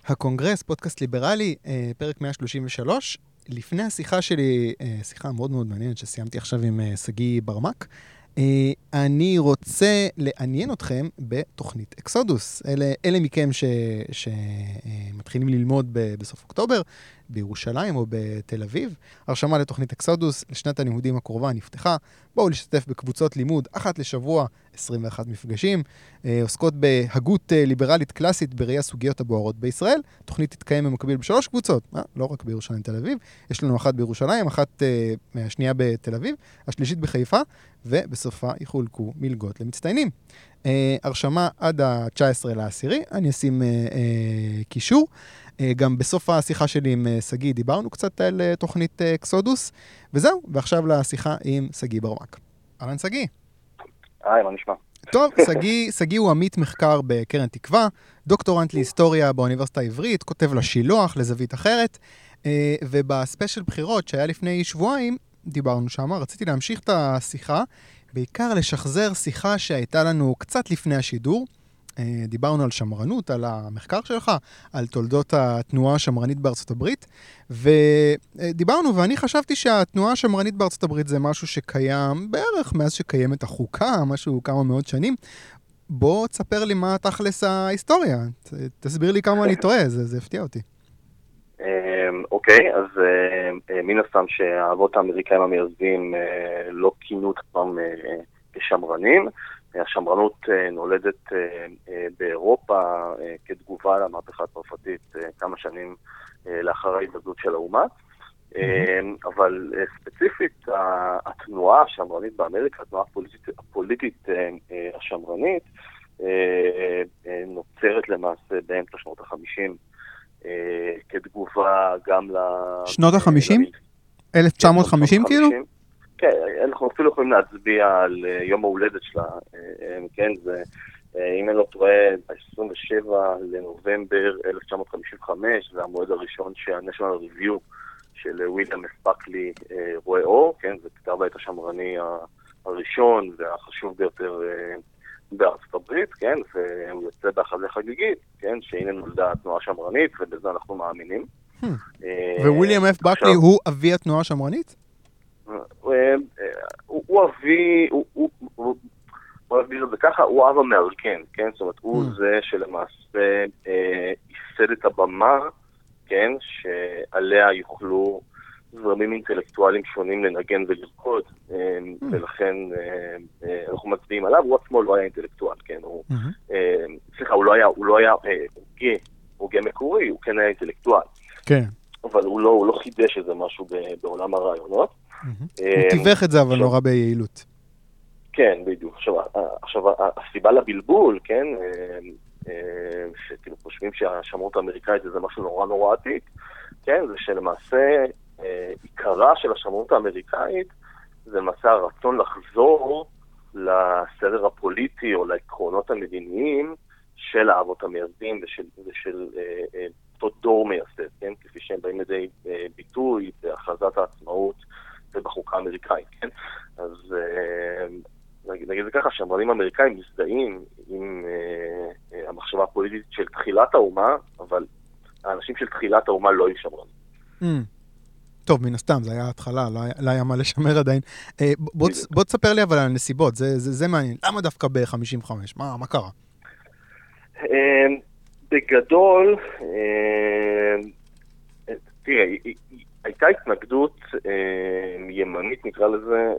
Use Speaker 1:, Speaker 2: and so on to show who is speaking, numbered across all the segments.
Speaker 1: הקונגרס, פודקאסט ליברלי, פרק 133. לפני השיחה שלי, שיחה מאוד מאוד מעניינת שסיימתי עכשיו עם סגי ברמק, אני רוצה לעניין אתכם בתוכנית אקסודוס. אלה מכם שמתחילים ללמוד בסוף אוקטובר, בירושלים או בתל אביב. הרשמה לתוכנית אקסודוס לשנת הלימודים הקרובה נפתחה. בואו להשתתף בקבוצות לימוד, אחת לשבוע, 21 מפגשים, עוסקות בהגות ליברלית קלאסית בראי הסוגיות הבוערות בישראל. תוכנית תתקיים במקביל בשלוש קבוצות, לא רק בירושלים תל אביב. יש לנו אחת בירושלים, אחת מהשנייה בתל אביב, השלישית בחיפה, ובסופה יחולקו מלגות למצטיינים. הרשמה עד ה-19 לעשירי, אני אשים קישור. גם בסוף השיחה שלי עם סגי דיברנו קצת על תוכנית אקסודוס, וזהו, ועכשיו לשיחה עם סגי ברמק. אהלן סגי.
Speaker 2: היי, מה נשמע?
Speaker 1: טוב, סגי הוא עמית מחקר בקרן תקווה, דוקטורנט להיסטוריה באוניברסיטה העברית, כותב לשילוח, לזווית אחרת, ובספיישל בחירות שהיה לפני שבועיים, דיברנו שם, רציתי להמשיך את השיחה, בעיקר לשחזר שיחה שהייתה לנו קצת לפני השידור. דיברנו על שמרנות, על המחקר שלך, על תולדות התנועה השמרנית בארצות הברית, ודיברנו, ואני חשבתי שהתנועה השמרנית בארצות הברית זה משהו שקיים בערך מאז שקיימת החוקה, משהו כמה מאות שנים. בוא תספר לי מה תכלס ההיסטוריה, תסביר לי כמה אני טועה, זה הפתיע אותי.
Speaker 2: אוקיי, אז מן הסתם שהאבות האמריקאים המייסדים לא כינו אותם כשמרנים. השמרנות נולדת באירופה כתגובה למהפכה הצרפתית כמה שנים לאחר ההתבדלות של האומה. אבל ספציפית התנועה השמרנית באמריקה, התנועה הפוליטית השמרנית, נוצרת למעשה באמצע שנות ה-50 כתגובה גם
Speaker 1: שנות ה-50? 1950 כאילו?
Speaker 2: כן, אנחנו אפילו יכולים להצביע על יום ההולדת שלה, כן, זה, אם אני לא טועה, ב-27 לנובמבר 1955, זה המועד הראשון שה-National Review של וויליאם פאקלי רואה אור, כן, זה כתב העת השמרני הראשון והחשוב ביותר בארצות הברית, כן, והוא יוצא בהכרזה חגיגית, כן, שהנה נולדה התנועה השמרנית, ובזה אנחנו מאמינים.
Speaker 1: וויליאם אף פאקלי הוא אבי התנועה השמרנית?
Speaker 2: הוא אבי, בוא נגיד את זה ככה, הוא אב אמריקן, כן? זאת אומרת, הוא זה שלמעשה ייסד את הבמה, כן? שעליה יוכלו זרמים אינטלקטואליים שונים לנגן ולרקוד, ולכן אנחנו מצביעים עליו. הוא עצמו לא היה אינטלקטואל, כן? סליחה, הוא לא היה הוגה מקורי, הוא כן היה אינטלקטואל.
Speaker 1: כן.
Speaker 2: אבל הוא לא חידש איזה משהו בעולם הרעיונות.
Speaker 1: הוא תיווך את זה, אבל נורא ביעילות.
Speaker 2: כן, בדיוק. עכשיו, הסיבה לבלבול, כן, שכאילו חושבים שהשמרנות האמריקאית זה משהו נורא נורא עתיק, כן, זה שלמעשה עיקרה של השמרנות האמריקאית זה למעשה הרצון לחזור לסדר הפוליטי או לעקרונות המדיניים של האבות המייסדים ושל אותו דור מייסד, כן, כפי שהם באים לידי ביטוי בהכרזת העצמאות ובחוקה האמריקאית, כן? אז נגיד זה ככה, שהשמרנים האמריקאים מזדהים עם המחשבה הפוליטית של תחילת האומה, אבל האנשים של תחילת האומה לא היו שמרנים.
Speaker 1: טוב, מן הסתם, זה היה התחלה, לא היה מה לשמר עדיין. בוא תספר לי אבל על הנסיבות, זה מעניין. למה דווקא ב-55? מה קרה?
Speaker 2: בגדול, תראה, הייתה התנגדות ימנית, נקרא לזה,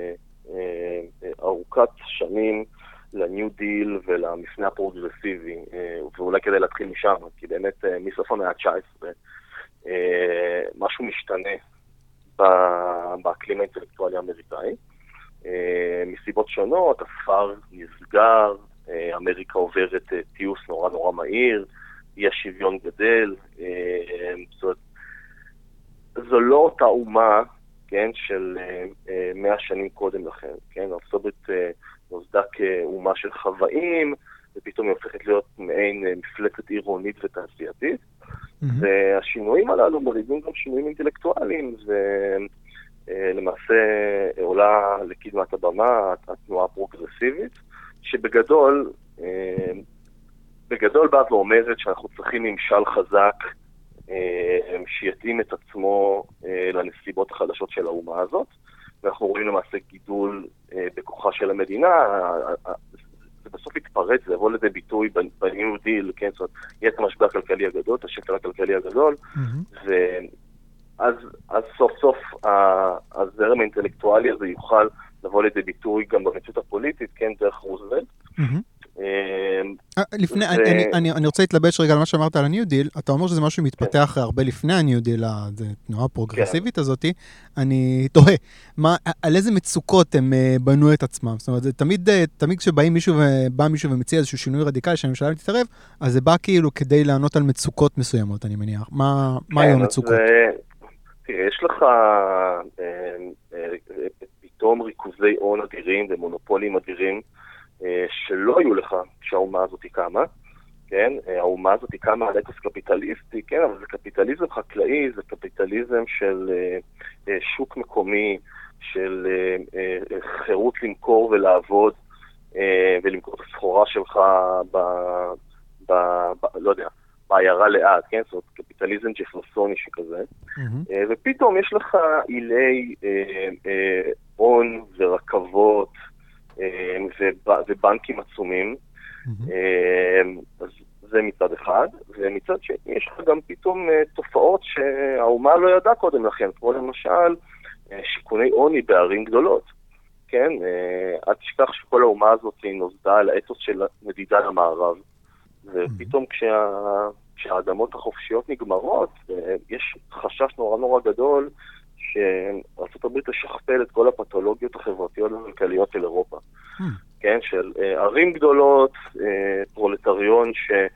Speaker 2: ארוכת שנים לניו דיל ולמפנה הפרוגרסיבי, ואולי כדי להתחיל משם, כי באמת מסוף המאה ה-19 משהו משתנה באקלים האינטלקטואלי האמריקאי. מסיבות שונות, הספר נסגר, אמריקה עוברת טיוס נורא נורא מהיר, אי השוויון גדל, זו לא אותה אומה, כן, של 100 שנים קודם לכן, כן, ארצות הברית נוסדה כאומה של חוואים, ופתאום היא הופכת להיות מעין מפלצת עירונית ותעשייתית, והשינויים הללו מרידים גם שינויים אינטלקטואליים, ולמעשה עולה לקדמת הבמה התנועה הפרוגרסיבית, שבגדול בגדול באה ואומרת שאנחנו צריכים ממשל חזק, שיתאים את עצמו לנסיבות החדשות של האומה הזאת, ואנחנו רואים למעשה גידול בכוחה של המדינה, זה בסוף יתפרץ, זה יבוא לזה ביטוי בניו דיל, כן, זאת אומרת, יהיה את המשבר הכלכלי הגדול, את השקל הכלכלי הגדול, אז סוף סוף הזרם האינטלקטואלי הזה יוכל לבוא לידי ביטוי גם במציאות הפוליטית, כן, דרך רוזוולט.
Speaker 1: לפני, אני רוצה להתלבש רגע על מה שאמרת על הניו דיל, אתה אומר שזה משהו מתפתח הרבה לפני הניו דיל, התנועה הפרוגרסיבית הזאת, אני תוהה, על איזה מצוקות הם בנו את עצמם? זאת אומרת, תמיד כשבא מישהו ומציע איזשהו שינוי רדיקלי שהממשלה תתערב, אז זה בא כאילו כדי לענות על מצוקות מסוימות, אני מניח. מה היו המצוקות?
Speaker 2: תראה, יש לך פתאום ריכוזי הון אדירים ומונופולים אדירים, שלא היו לך כשהאומה הזאת קמה, כן? האומה הזאת קמה על אתוס קפיטליסטי, כן? אבל זה קפיטליזם חקלאי, זה קפיטליזם של שוק מקומי, של חירות למכור ולעבוד, ולמכור את הסחורה שלך לא יודע, בעיירה לאט, כן? זאת אומרת, קפיטליזם ג'פלסוני שכזה. ופתאום יש לך אילי הון ורכבות, ובנקים עצומים, אז זה מצד אחד, ומצד שני יש לך גם פתאום תופעות שהאומה לא ידעה קודם לכן, כמו למשל שיכוני עוני בערים גדולות, כן? אל תשכח שכל האומה הזאת נוסדה על האתוס של מדידה למערב, ופתאום כשהאדמות החופשיות נגמרות, יש חשש נורא נורא גדול שארצות הברית תשכפל את כל הפתולוגיות החברתיות והכלכליות של אירופה. כן, של ערים גדולות, פרולטריון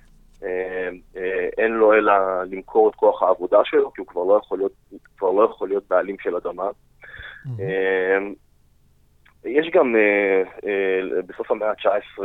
Speaker 2: שאין לו אלא למכור את כוח העבודה שלו, כי הוא כבר לא יכול להיות בעלים של אדמה. יש גם בסוף המאה ה-19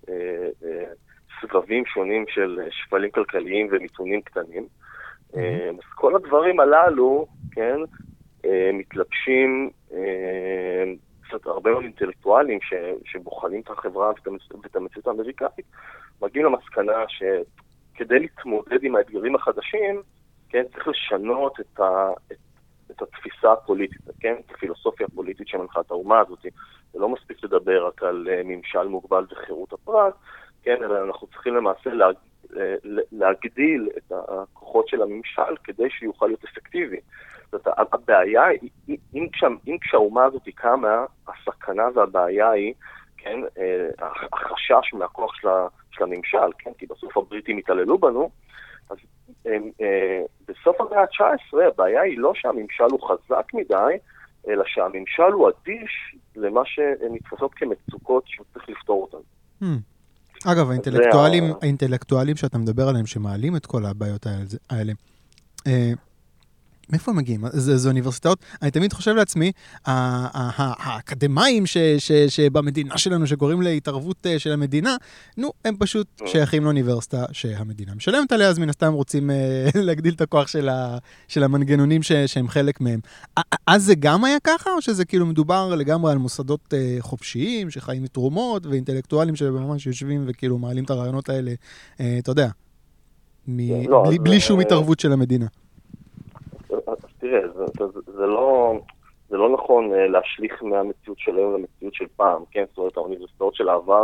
Speaker 2: סבבים שונים של שפלים כלכליים ומיתונים קטנים. אז כל הדברים הללו, כן, מתלבשים קצת הרבה מאוד אינטלקטואלים שבוחנים את החברה ואת המציאות האמריקאית, מגיעים למסקנה שכדי להתמודד עם האתגרים החדשים, כן, צריך לשנות את התפיסה הפוליטית, כן, את הפילוסופיה הפוליטית שמנחה את האומה הזאת. זה לא מספיק לדבר רק על ממשל מוגבל וחירות הפרט, כן, אלא אנחנו צריכים למעשה להגדיל את הכוחות של הממשל כדי שיוכל להיות אפקטיבי. זאת אומרת, הבעיה היא, אם כשהאומה הזאת קמה, הסכנה והבעיה היא, כן, החשש מהכוח של הממשל, כן, כי בסוף הבריטים התעללו בנו, אז בסוף המאה ה-19 הבעיה היא לא שהממשל הוא חזק מדי, אלא שהממשל הוא אדיש למה שנתפסות כמצוקות שצריך לפתור אותן.
Speaker 1: אגב, האינטלקטואלים שאתה מדבר עליהם, שמעלים את כל הבעיות האלה, מאיפה הם מגיעים? זה אוניברסיטאות? אני תמיד חושב לעצמי, האקדמיים שבמדינה שלנו, שקוראים להתערבות של המדינה, נו, הם פשוט שייכים לאוניברסיטה שהמדינה משלמת עליה, אז מן הסתם רוצים להגדיל את הכוח של המנגנונים שהם חלק מהם. אז זה גם היה ככה, או שזה כאילו מדובר לגמרי על מוסדות חופשיים, שחיים מתרומות, ואינטלקטואלים שממש יושבים וכאילו מעלים את הרעיונות האלה, אתה יודע, בלי שום התערבות של המדינה.
Speaker 2: תראה, זה לא נכון להשליך מהמציאות של היום למציאות של פעם, כן? זאת אומרת, האוניברסיטאות של העבר,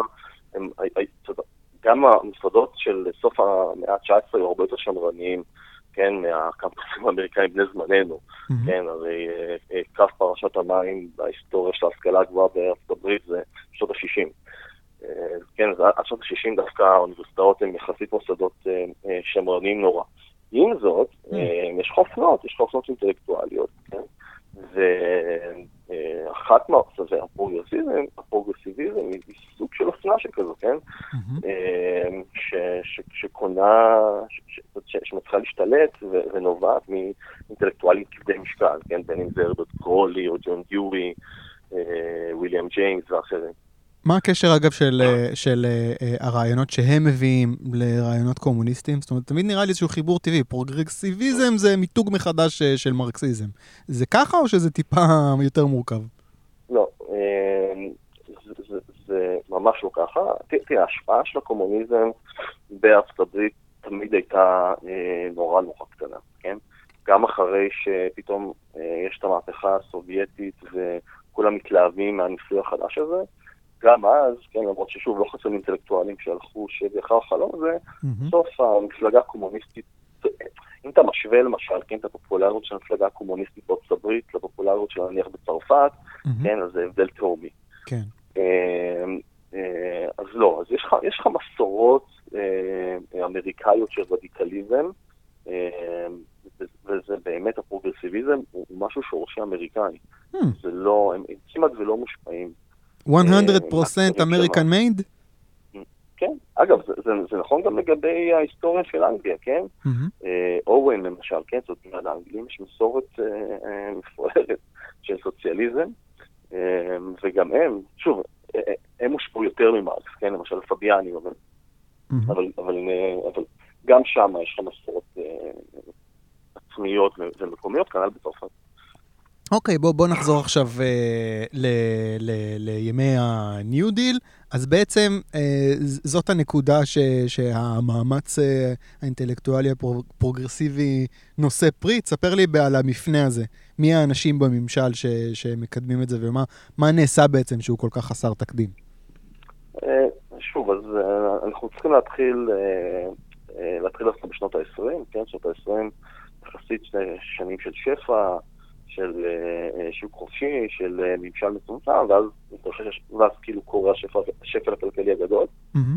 Speaker 2: גם המוסדות של סוף המאה ה-19 היו הרבה יותר שמרניים, כן? מהקמפוסים האמריקאים בני זמננו, כן? הרי קו פרשת המים בהיסטוריה של ההשכלה הגבוהה בארצות הברית זה שנות ה-60. כן, עד שנות ה-60 דווקא האוניברסיטאות הן יחסית מוסדות שמרניים נורא. עם זאת, יש חופנות אינטלקטואליות, כן? ואחת מהעוצבי הפרוגרסיביזם היא סוג של אופנה שכזו, כן? שקונה, שמצליחה להשתלט ונובעת מאינטלקטואלים כבדי משקל, כן? בין אם זה הרברט קרולי או ג'ון דיורי, וויליאם ג'יימס ואחרים.
Speaker 1: מה הקשר, אגב, של הרעיונות שהם מביאים לרעיונות קומוניסטיים? זאת אומרת, תמיד נראה לי איזשהו חיבור טבעי. פרוגרסיביזם זה מיתוג מחדש של מרקסיזם. זה ככה או שזה טיפה יותר מורכב?
Speaker 2: לא, זה ממש לא ככה. תראה, ההשפעה של הקומוניזם בארצות הברית תמיד הייתה נורא נורא קטנה, כן? גם אחרי שפתאום יש את המהפכה הסובייטית וכולם מתלהבים מהניסוי החדש הזה, גם אז, כן, למרות ששוב לא חסרים אינטלקטואלים שהלכו שבאחר החלום הזה, בסוף המפלגה הקומוניסטית, אם אתה משווה למשל, כן, את הפופולריות של המפלגה הקומוניסטית בארצות הברית, לפופולריות של נניח בצרפת, כן, אז זה הבדל תהומי.
Speaker 1: כן.
Speaker 2: אז לא, אז יש לך מסורות אמריקאיות של רדיקליזם, וזה באמת הפרוגרסיביזם, הוא משהו שורשי אמריקאי. זה לא, הם כמעט ולא מושפעים.
Speaker 1: 100% American made?
Speaker 2: כן, אגב, זה נכון גם לגבי ההיסטוריה של אנגליה, כן? אורן למשל, כן, זאת אומרת, לאנגלים יש מסורת מפוארת של סוציאליזם, וגם הם, שוב, הם הושפעו יותר ממרקס, כן, למשל פביאני, אבל גם שם יש לך מסורות עצמיות ומקומיות, כנ"ל בצרפת.
Speaker 1: אוקיי, בוא נחזור עכשיו לימי ה-New Deal. אז בעצם זאת הנקודה שהמאמץ האינטלקטואלי הפרוגרסיבי נושא פרי. תספר לי על המפנה הזה. מי האנשים בממשל שמקדמים את זה, ומה נעשה בעצם שהוא כל כך חסר תקדים?
Speaker 2: שוב, אז אנחנו צריכים להתחיל לעשות בשנות ה-20, כן? שנות ה-20 יחסית שנים של שפע, של שוק חופשי, של ממשל מצומצם, ואז כאילו קורה השפל הכלכלי הגדול.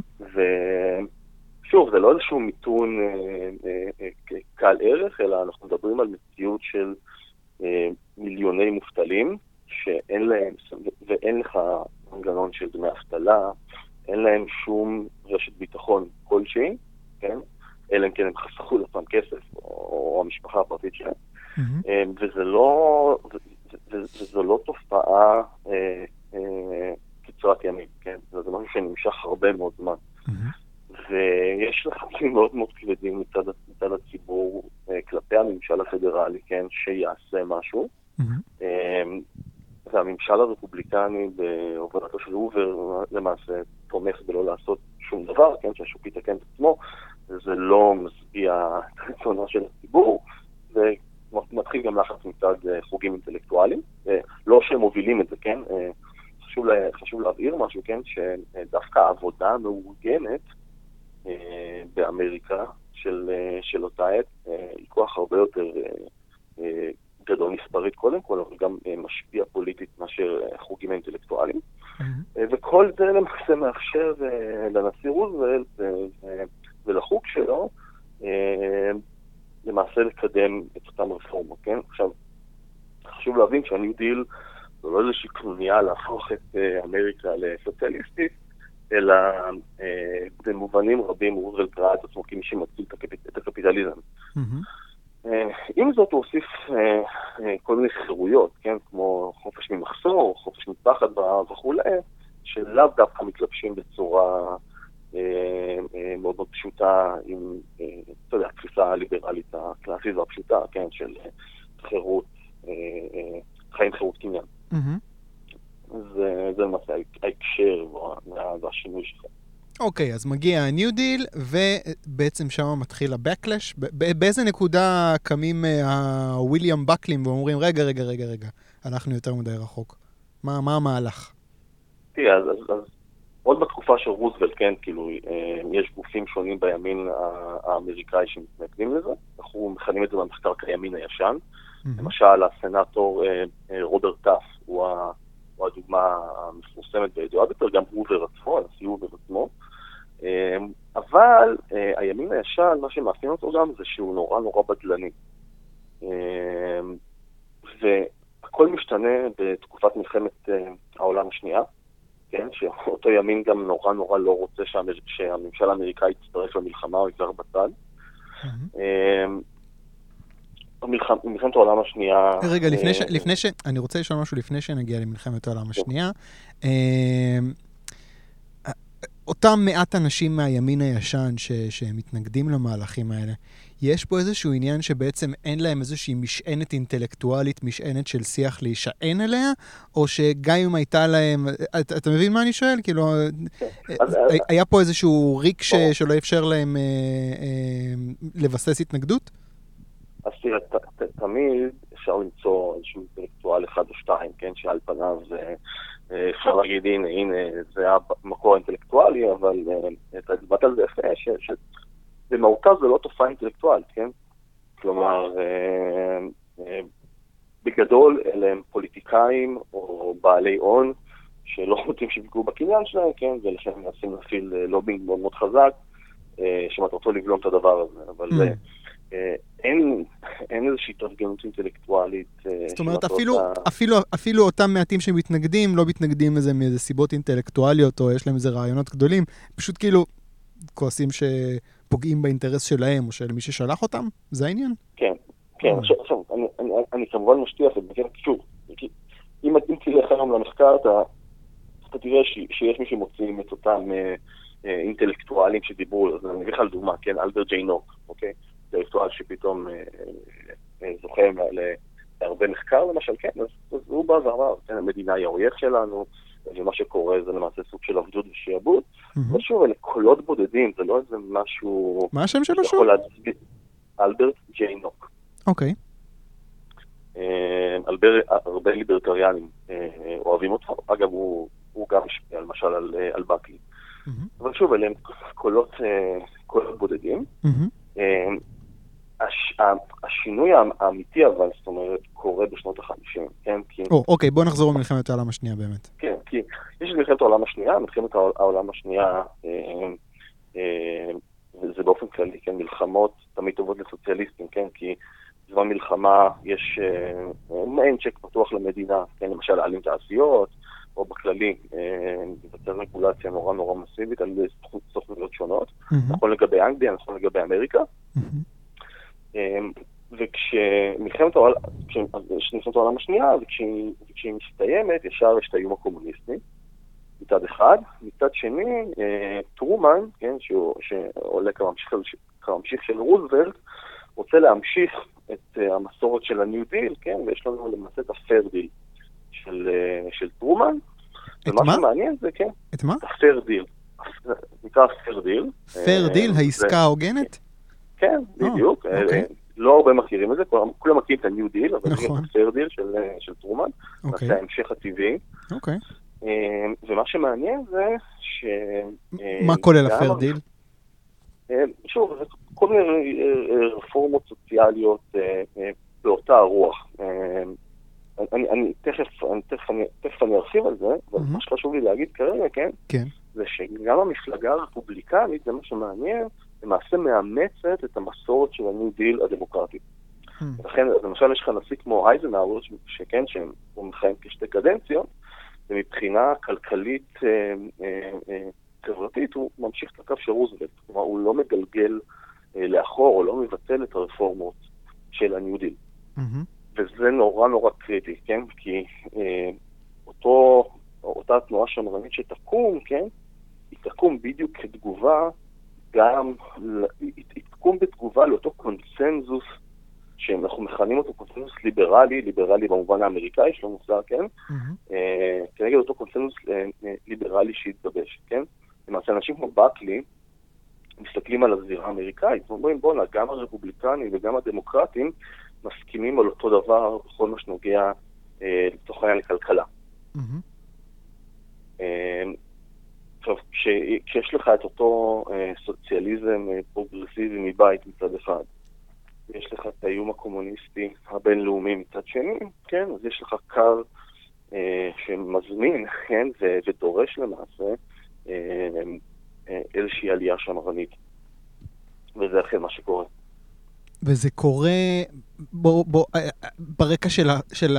Speaker 2: ושוב, זה לא איזשהו מיתון קל ערך, אלא אנחנו מדברים על מציאות של מיליוני מובטלים, שאין להם, ואין לך מנגנון של דמי אבטלה, אין להם שום רשת ביטחון כלשהי, כן? אלא אם כן הם חסכו לעצמם כסף, או המשפחה הפרטית שלהם. וזו לא תופעה קצרת ימים, כן? זה משהו שנמשך הרבה מאוד זמן. ויש לחצים מאוד מאוד כבדים מצד הציבור כלפי הממשל הפדרלי, כן? שיעשה משהו. והממשל הרפובליקני בהובלתו של הובר למעשה תומך בלא לעשות שום דבר, כן? שהשוק יתקן את עצמו, וזה לא משביע את רצונו של הציבור, ומתחיל גם לחץ מצד חוגים אינטלקטואליים, לא שהם מובילים את זה, כן? חשוב להבהיר משהו, כן? שדווקא העבודה המאורגנת באמריקה של אותה עת היא כוח הרבה יותר גדול מספרית קודם כל, אבל גם משפיע פוליטית מאשר חוגים האינטלקטואליים. וכל זה למעשה מאפשר לנשיא רוזוולט ולחוג שלו למעשה לקדם את אותם רפורמות, כן? עכשיו, חשוב להבין שהניו דיל זו לא איזושהי כנוניה להפוך את אמריקה לסוציאליסטית, אלא במובנים רבים רוזוולט ראה את עצמו כמי שמציל את הקפיטליזם. עם זאת הוא הוסיף כל מיני חירויות, כן? כמו חופש ממחסור, חופש מפחד וכו', שלאו דווקא מתלבשים בצורה מאוד מאוד פשוטה עם, אתה יודע, התפיסה הליברלית הקלאסית והפשוטה, כן? של חירות, חיים חירות קניין. זה למעשה ההקשר והשינוי שלך.
Speaker 1: אוקיי, אז מגיע ה-New Deal, ובעצם שם מתחיל ה-Backlash. באיזה נקודה קמים הוויליאם בקלים ואומרים, רגע, הלכנו יותר מדי רחוק. מה המהלך?
Speaker 2: תראה, אז עוד בתקופה של רוזוולט, כן, כאילו, יש גופים שונים בימין האמריקאי שמתנגדים לזה. אנחנו מכנים את זה במחקר כימין הישן. למשל, הסנאטור רוברט טאף הוא הדוגמה המפורסמת וידועה ביותר, גם הובר עצמו, הנשיא הובר עצמו. אבל הימין הישן, מה שמאפיין אותו גם זה שהוא נורא נורא בדלני. והכל משתנה בתקופת מלחמת העולם השנייה, כן? שאותו ימין גם נורא נורא לא רוצה שהממשל האמריקאי יצטרף למלחמה או יגר בצד. מלחמת העולם השנייה...
Speaker 1: רגע, אני רוצה לשאול משהו לפני שנגיע למלחמת העולם השנייה. אותם מעט אנשים מהימין הישן שמתנגדים למהלכים האלה, יש פה איזשהו עניין שבעצם אין להם איזושהי משענת אינטלקטואלית, משענת של שיח להישען אליה, או שגם אם הייתה להם, אתה מבין מה אני שואל? כאילו, היה פה איזשהו ריק שלא אפשר להם לבסס התנגדות?
Speaker 2: אז תראה, תמיד אפשר למצוא איזשהו אינטלקטואל אחד או שתיים, כן, שעל פניו אפשר להגיד, הנה, זה המקור האינטלקטואלי, אבל אתה דיברת על זה יפה, במהותה זה לא תופעה אינטלקטואלית, כן? כלומר, בגדול אלה הם פוליטיקאים או בעלי הון שלא רוצים שיפגעו בקניין שלהם, כן? ולכן הם מנסים להפעיל לובינג מאוד מאוד חזק, שמטרתו לבלום את הדבר הזה, אבל אין איזושהי התארגנות אינטלקטואלית.
Speaker 1: זאת אומרת, אפילו אותם מעטים שמתנגדים, לא מתנגדים לזה מאיזה סיבות אינטלקטואליות, או יש להם איזה רעיונות גדולים, פשוט כאילו כועסים שפוגעים באינטרס שלהם, או של מי ששלח אותם? זה העניין?
Speaker 2: כן, כן. עכשיו, אני כמובן משטיח את זה, שוב, אם תלך היום למחקר, אתה תראה שיש מי שמוצאים את אותם אינטלקטואלים שדיברו, אז אני אביא לך לדוגמה, כן, אלברט ג'יי נוק, אוקיי? אינטלקטואל שפתאום זוכה להרבה מחקר, למשל, כן, אז הוא בא ואמר, המדינה היא האויב שלנו, ומה שקורה זה למעשה סוג של עבדות ושיעבוד, ושוב, אלה קולות בודדים, זה לא איזה משהו...
Speaker 1: מה השם שלו שוב?
Speaker 2: אלברט ג'יי נוק.
Speaker 1: אוקיי.
Speaker 2: הרבה ליברטריאנים אוהבים אותו, אגב, הוא גם משפיע, למשל, על בקלי. אבל שוב, אלה הם קולות בודדים. השינוי האמיתי אבל, זאת אומרת, קורה בשנות ה-50, כן?
Speaker 1: אוקיי, בוא נחזור למלחמת העולם השנייה באמת.
Speaker 2: כן, כי יש מלחמת העולם השנייה, מלחמת העולם השנייה, וזה באופן כללי, כן? מלחמות תמיד טובות לסוציאליסטים, כן? כי זמן מלחמה יש מעין צ'ק פתוח למדינה, כן? למשל, להעלים תעשיות, או בכללי, לבצע רגולציה נורא נורא מסיבית על סוכנויות שונות, נכון לגבי אנגליה, נכון לגבי אמריקה, וכשמלחמת העולם השנייה, וכשהיא מסתיימת, ישר יש את האיום הקומוניסטי, מצד אחד, מצד שני, טרומן, כן, שעולה כממשיך של רוזוולט, רוצה להמשיך את המסורת של הניו דיל, כן, ויש לנו למעשה את הפייר דיל של טרומן, ומה שמעניין זה, כן,
Speaker 1: את מה?
Speaker 2: הפייר דיל, נקרא פייר דיל.
Speaker 1: פייר דיל, העסקה ההוגנת?
Speaker 2: כן, בדיוק. לא הרבה מכירים את זה, כולם מכירים את הניו דיל, אבל זה הפייר דיל של טרומן, זה ההמשך הטבעי. ומה שמעניין זה ש...
Speaker 1: מה כולל הפייר דיל?
Speaker 2: שוב, כל מיני רפורמות סוציאליות באותה הרוח. אני תכף אני ארחיב על זה, אבל מה שחשוב לי להגיד כרגע, כן? זה שגם המפלגה הרפובליקנית, זה מה שמעניין, למעשה מאמצת את המסורת של הניו דיל הדמוקרטית. לכן, למשל, יש לך נשיא כמו אייזנהאואר, שכן, שהוא מכהן כשתי קדנציות, ומבחינה כלכלית חברתית, הוא ממשיך את הקו של רוזוולט. כלומר, הוא לא מגלגל לאחור, או לא מבטל את הרפורמות של הניו דיל. וזה נורא נורא קריטי, כן? כי אותה תנועה שמרנית שתקום, כן? היא תקום בדיוק כתגובה, היא תקום בתגובה לאותו קונצנזוס, שאנחנו מכנים אותו קונצנזוס ליברלי במובן האמריקאי, יש לו מושג, כן? כנגד אותו קונצנזוס ליברלי שהתגבש, כן? למעשה, אנשים כמו בקלי מסתכלים על הזירה האמריקאית, ואומרים, בוא'נה, גם הרפובליקנים וגם הדמוקרטים מסכימים על אותו דבר בכל מה שנוגע לתוך העניין לכלכלה. עכשיו, כשיש לך את אותו סוציאליזם פרוגרסיבי מבית מצד אחד, יש לך את האיום הקומוניסטי הבינלאומי מצד שני, כן? אז יש לך קו שמזמין, כן? ודורש למעשה איזושהי עלייה שמרנית. וזה אחרי מה שקורה.
Speaker 1: וזה קורה ברקע של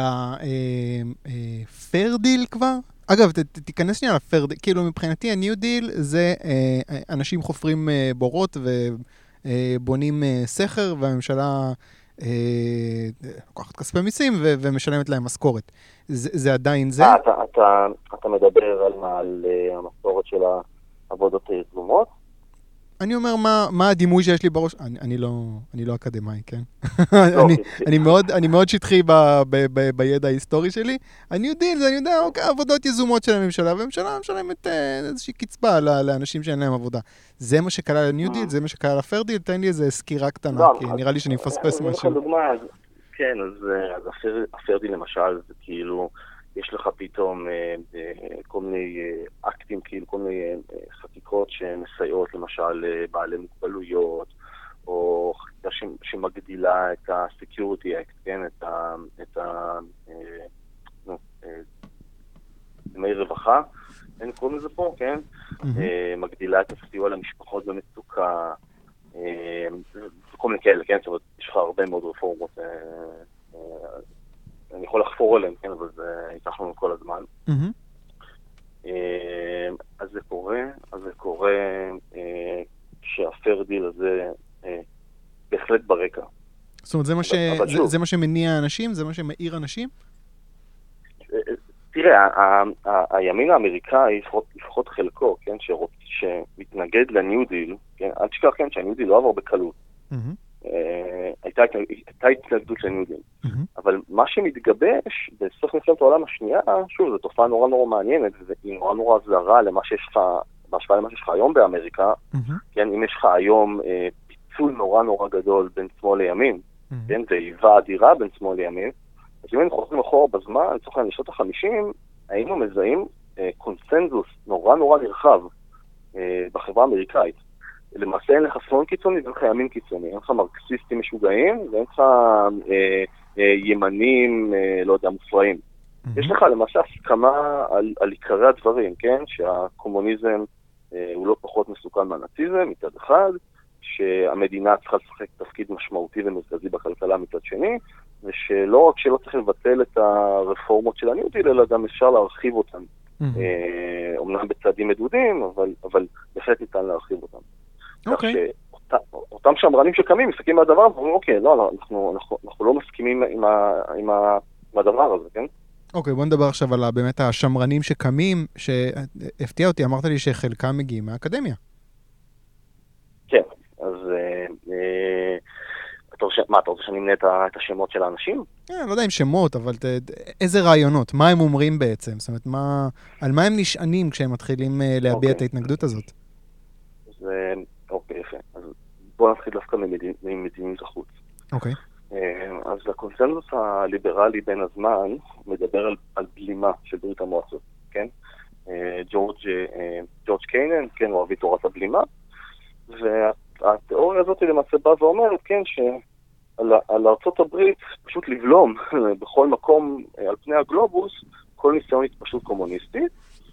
Speaker 1: הפייר דיל כבר? אגב, תיכנס שנייה לפייר דיל, כאילו מבחינתי הניו דיל זה אנשים חופרים בורות ובונים סכר, והממשלה לוקחת כספי מיסים ומשלמת להם משכורת. זה עדיין זה?
Speaker 2: אתה מדבר על המסורת העבודות היזומות.
Speaker 1: אני אומר מה הדימוי שיש לי בראש, אני לא אקדמאי, כן? אני מאוד שטחי בידע ההיסטורי שלי. אני יודע, אוקיי, עבודות יזומות של הממשלה, והממשלה משלמת איזושהי קצבה לאנשים שאין להם עבודה. זה מה שכלל לניו דיל, זה מה שכלל לפר דיל, תן לי איזה סקירה קטנה, כי נראה לי שאני מפספס משהו.
Speaker 2: אני דוגמה, כן, אז הפר דיל למשל, זה כאילו, יש לך פתאום כל מיני אקטים, כאילו כל מיני חקיקות שמסייעות למשל בעלי מוגבלויות, או חקיקה שמגדילה את ה-Security Act, כן, את דמי רווחה, אין קוראים לזה פה, כן, מגדילה את הסיוע למשפחות במצוקה, כל מיני כאלה, כן, זאת אומרת, יש לך הרבה מאוד רפורמות, אני יכול לחפור עליהם, כן, אבל זה ייקח לנו כל הזמן. אז זה קורה שהפר דיל הזה בהחלט ברקע.
Speaker 1: זאת אומרת, זה מה שמניע אנשים? זה מה שמאיר אנשים?
Speaker 2: תראה, הימין האמריקאי, לפחות חלקו, כן, שמתנגד לניו דיל, כן, אל תשכח, כן, שהניו דיל לא עבר בקלות. הייתה התנגדות לניו דיל. אבל מה שמתגבש בסוף מלחמת העולם השנייה, שוב, זו תופעה נורא מעניינת, והיא נורא זרה למה שיש לך, בהשוואה למה שיש לך היום באמריקה, כן, אם יש לך היום פיצול נורא גדול בין שמאל לימין, כן, ואיבה אדירה בין שמאל לימין, אז אם היינו חוזרים אחורה בזמן, לצורך העניין לשנות ה-50, היינו מזהים קונסנזוס נורא נרחב בחברה האמריקאית. למעשה אין לך שמאל קיצוני ואין לך ימין קיצוני, אין לך מרקסיסטים משוגעים ואין לך ימנים, לא יודע, מופרעים. יש לך למעשה הסכמה על עיקרי הדברים, כן? שהקומוניזם הוא לא פחות מסוכן מהנאציזם מצד אחד, שהמדינה צריכה לשחק תפקיד משמעותי ומרכזי בכלכלה מצד שני, ושלא רק שלא צריך לבטל את הרפורמות של הניו דיל, אלא גם אפשר להרחיב אותן. אומנם בצעדים מדודים, אבל בהחלט ניתן להרחיב אותם. כך שאותם שמרנים שקמים מסתכלים מהדבר, ואומרים, אוקיי, לא, אנחנו לא מסכימים עם הדבר הזה, כן?
Speaker 1: אוקיי, בוא נדבר עכשיו על באמת השמרנים שקמים, שהפתיע אותי, אמרת לי שחלקם מגיעים מהאקדמיה.
Speaker 2: כן, אז אתה רוצה שאני אמנה את השמות של האנשים?
Speaker 1: לא יודע אם שמות, אבל איזה רעיונות, מה הם אומרים בעצם? זאת אומרת, על מה הם נשענים כשהם מתחילים להביע את ההתנגדות הזאת?
Speaker 2: אוקיי, יפה. אז בואו נתחיל דווקא ממדיניות החוץ.
Speaker 1: אוקיי.
Speaker 2: אז הקונסנזוס הליברלי בין הזמן מדבר על בלימה של ברית המועצות, כן? ג'ורג' קיינן, כן, הוא אוהב תורת הבלימה, והתיאוריה הזאת למעשה באה ואומרת, כן, שעל ארצות הברית פשוט לבלום בכל מקום על פני הגלובוס כל ניסיון התפשטות קומוניסטית,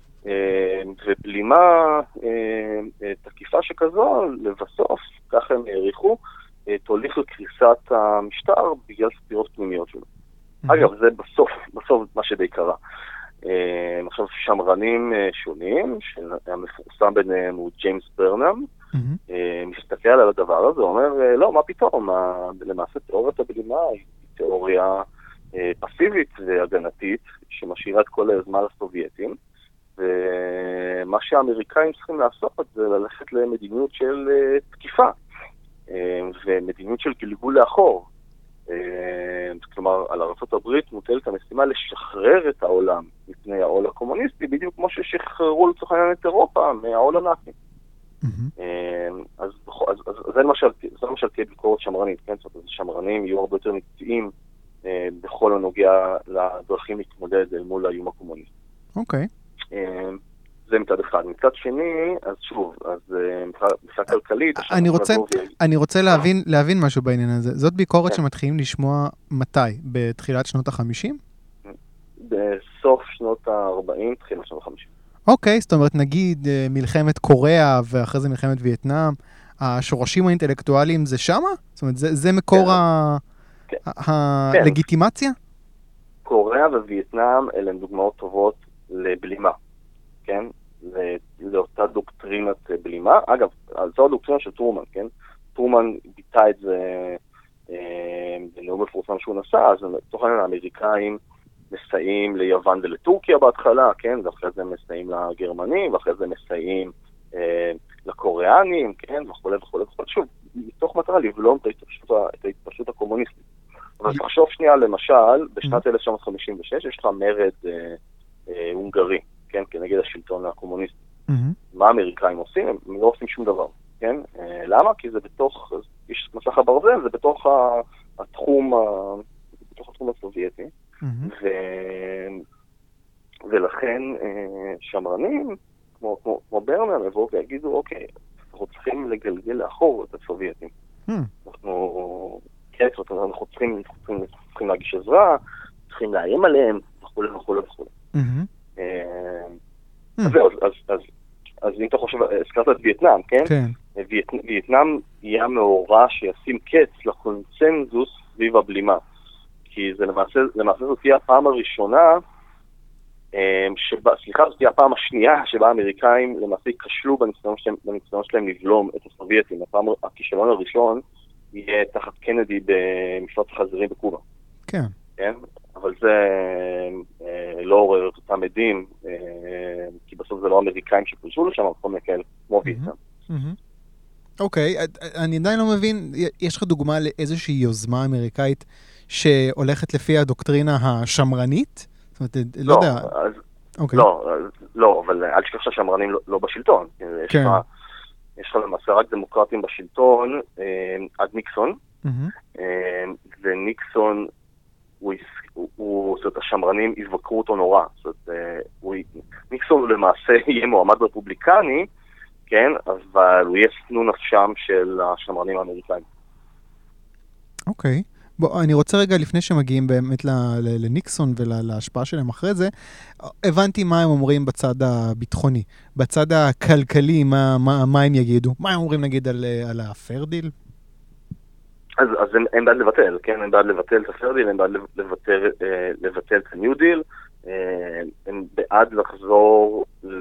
Speaker 2: ובלימה תקיפה שכזו, לבסוף, ככה הם העריכו, תוליך לקריסת המשטר בגלל סתירות פנימיות שלו. אגב, זה בסוף מה שבעיקרה. עכשיו, שמרנים שונים, שהמפורסם ביניהם הוא ג'יימס ברנאם, מסתכל על הדבר הזה, אומר, לא, מה פתאום? למעשה תיאוריית הבלימה היא תיאוריה פסיבית והגנתית, שמשאירה את כל היוזמה לסובייטים, ומה שהאמריקאים צריכים לעשות זה ללכת למדיניות של תקיפה, ומדיניות של גלגול לאחור. כלומר, על ארצות הברית מוטלת המשימה לשחרר את העולם מפני העול הקומוניסטי, בדיוק כמו ששחררו לצורך העניין את אירופה מהעול הנאצי. אז זה למשל תהיה ביקורת שמרנית, כן? זאת אומרת, שמרנים יהיו הרבה יותר מקצועיים בכל הנוגע לדרכים להתמודד אל מול האיום הקומוניסטי.
Speaker 1: אוקיי.
Speaker 2: זה מצד אחד. מצד שני, אז שוב, מבחינה כלכלית...
Speaker 1: אני רוצה להבין משהו בעניין הזה. זאת ביקורת שמתחילים לשמוע מתי? בתחילת שנות ה-50?
Speaker 2: בסוף שנות ה-40, תחילת שנות ה-50.
Speaker 1: אוקיי, זאת אומרת, נגיד מלחמת קוריאה ואחרי זה מלחמת וייטנאם, השורשים האינטלקטואליים זה שמה? זאת אומרת, זה מקור הלגיטימציה?
Speaker 2: קוריאה ווייטנאם אלה דוגמאות טובות לבלימה. כן? לאותה דוקטרינת בלימה. אגב, זו הדוקטרינה של טרומן, כן? טרומן ביטא את זה בנאום מפורסם שהוא נשא, אז תוך העניין האמריקאים מסייעים ליוון ולטורקיה בהתחלה, כן? ואחרי זה מסייעים לגרמנים, ואחרי זה מסייעים לקוריאנים, כן, וכו' וכו' וכו', שוב, מתוך מטרה לבלום את ההתפשטות הקומוניסטית. אבל תחשוב שנייה, למשל, בשנת 1956 יש לך מרד הונגרי, כן, כנגד השלטון הקומוניסטי. מה האמריקאים עושים? הם לא עושים שום דבר, כן? למה? כי זה בתוך, יש מסך הברזל, זה בתוך התחום הסובייטי, ולכן שמרנים, כמו ברמן, יבואו ויגידו, אוקיי, אנחנו צריכים לגלגל לאחור את הסובייטים. אנחנו צריכים להגיש עזרה, צריכים לאיים עליהם, וכו' וכו' וכו'. אז אם אתה חושב, הזכרת את וייטנאם, כן? וייטנאם יהיה מאורע שישים קץ לקונצנזוס סביב הבלימה. כי זה למעשה זאת תהיה הפעם הראשונה, זאת תהיה הפעם השנייה שבה האמריקאים למעשה כשלו בניסיון שלהם לבלום את הסובייטים. הכישלון הראשון יהיה תחת קנדי במפרץ החזירים בקובה.
Speaker 1: כן.
Speaker 2: כן? אבל זה לא עורר את אותם עדים, כי בסוף זה לא אמריקאים שפולשו לשם, אבל כל מיני כאלה כמו וייטנאם.
Speaker 1: אוקיי, אני עדיין לא מבין, יש לך דוגמה לאיזושהי יוזמה אמריקאית שהולכת לפי הדוקטרינה השמרנית? זאת אומרת, לא יודע.
Speaker 2: לא, אבל אל תשכח שהשמרנים לא בשלטון. יש לך למעשה רק דמוקרטים בשלטון עד ניקסון, וניקסון, זאת אומרת, השמרנים יבקרו אותו נורא. זאת אומרת, ניקסון למעשה יהיה מועמד רפובליקני, כן, אבל הוא יהיה סנון נפשם של השמרנים האמריקאים.
Speaker 1: אוקיי. בוא, אני רוצה רגע, לפני שמגיעים באמת לניקסון ולהשפעה שלהם אחרי זה, הבנתי מה הם אומרים בצד הביטחוני. בצד הכלכלי, מה הם יגידו? מה הם אומרים, נגיד, על הפרדיל?
Speaker 2: אז הם בעד לבטל, כן? הם בעד לבטל את הפרדיל, הם בעד לבטל את הניו דיל, הם בעד לחזור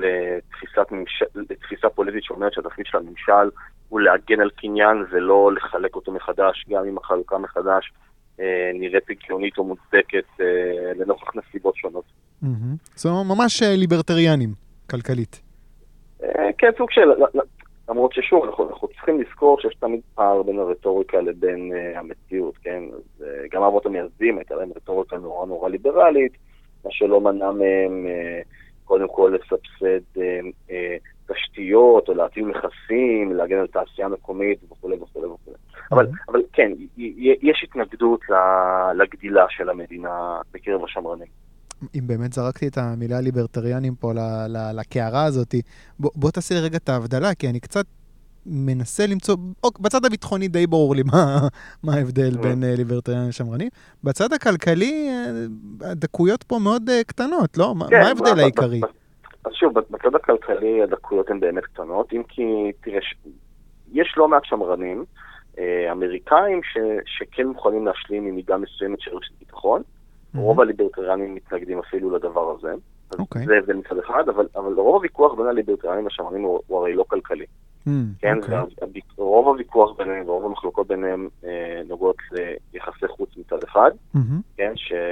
Speaker 2: לתפיסה פוליטית שאומרת שהתפקיד של הממשל הוא להגן על קניין ולא לחלק אותו מחדש, גם אם החלוקה מחדש נראית הגיונית או מוצדקת לנוכח נסיבות שונות.
Speaker 1: זאת ממש ליברטריאנים, כלכלית.
Speaker 2: כן, סוג של, למרות ששוב, אנחנו צריכים לזכור שיש תמיד פער בין הרטוריקה לבין המציאות, כן? אז גם אבות המייסדים הייתה להם רטוריקה נורא נורא ליברלית, מה שלא מנע מהם קודם כל לסבסד תשתיות או להטיל מכסים, להגן על תעשייה מקומית וכו' וכו' וכו'. אבל כן, יש התנגדות לגדילה של המדינה בקרב השמרנים.
Speaker 1: אם באמת זרקתי את המילה ליברטריאנים פה לקערה הזאת, בוא תעשה רגע את ההבדלה, כי אני קצת מנסה למצוא, בצד הביטחוני די ברור לי מה ההבדל בין ליברטריאנים לשמרנים. בצד הכלכלי, הדקויות פה מאוד קטנות, לא? מה ההבדל העיקרי?
Speaker 2: אז שוב, בצד הכלכלי הדקויות הן באמת קטנות, אם כי, תראה, יש לא מעט שמרנים, אמריקאים שכן מוכנים להשלים עם מידה מסוימת של רשת ביטחון, רוב הליברטריאנים מתנגדים אפילו לדבר הזה. זה הבדל מצד אחד, אבל רוב הוויכוח בין הליברטריאנים לשמרנים הוא הרי לא כלכלי. כן, רוב הוויכוח ביניהם ורוב המחלוקות ביניהם נוגעות ליחסי חוץ מצד אחד, כן,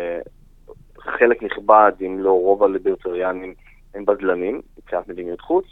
Speaker 2: שחלק נכבד, אם לא רוב הליברטריאנים, הם בדלנים, מבחינת מדיניות חוץ,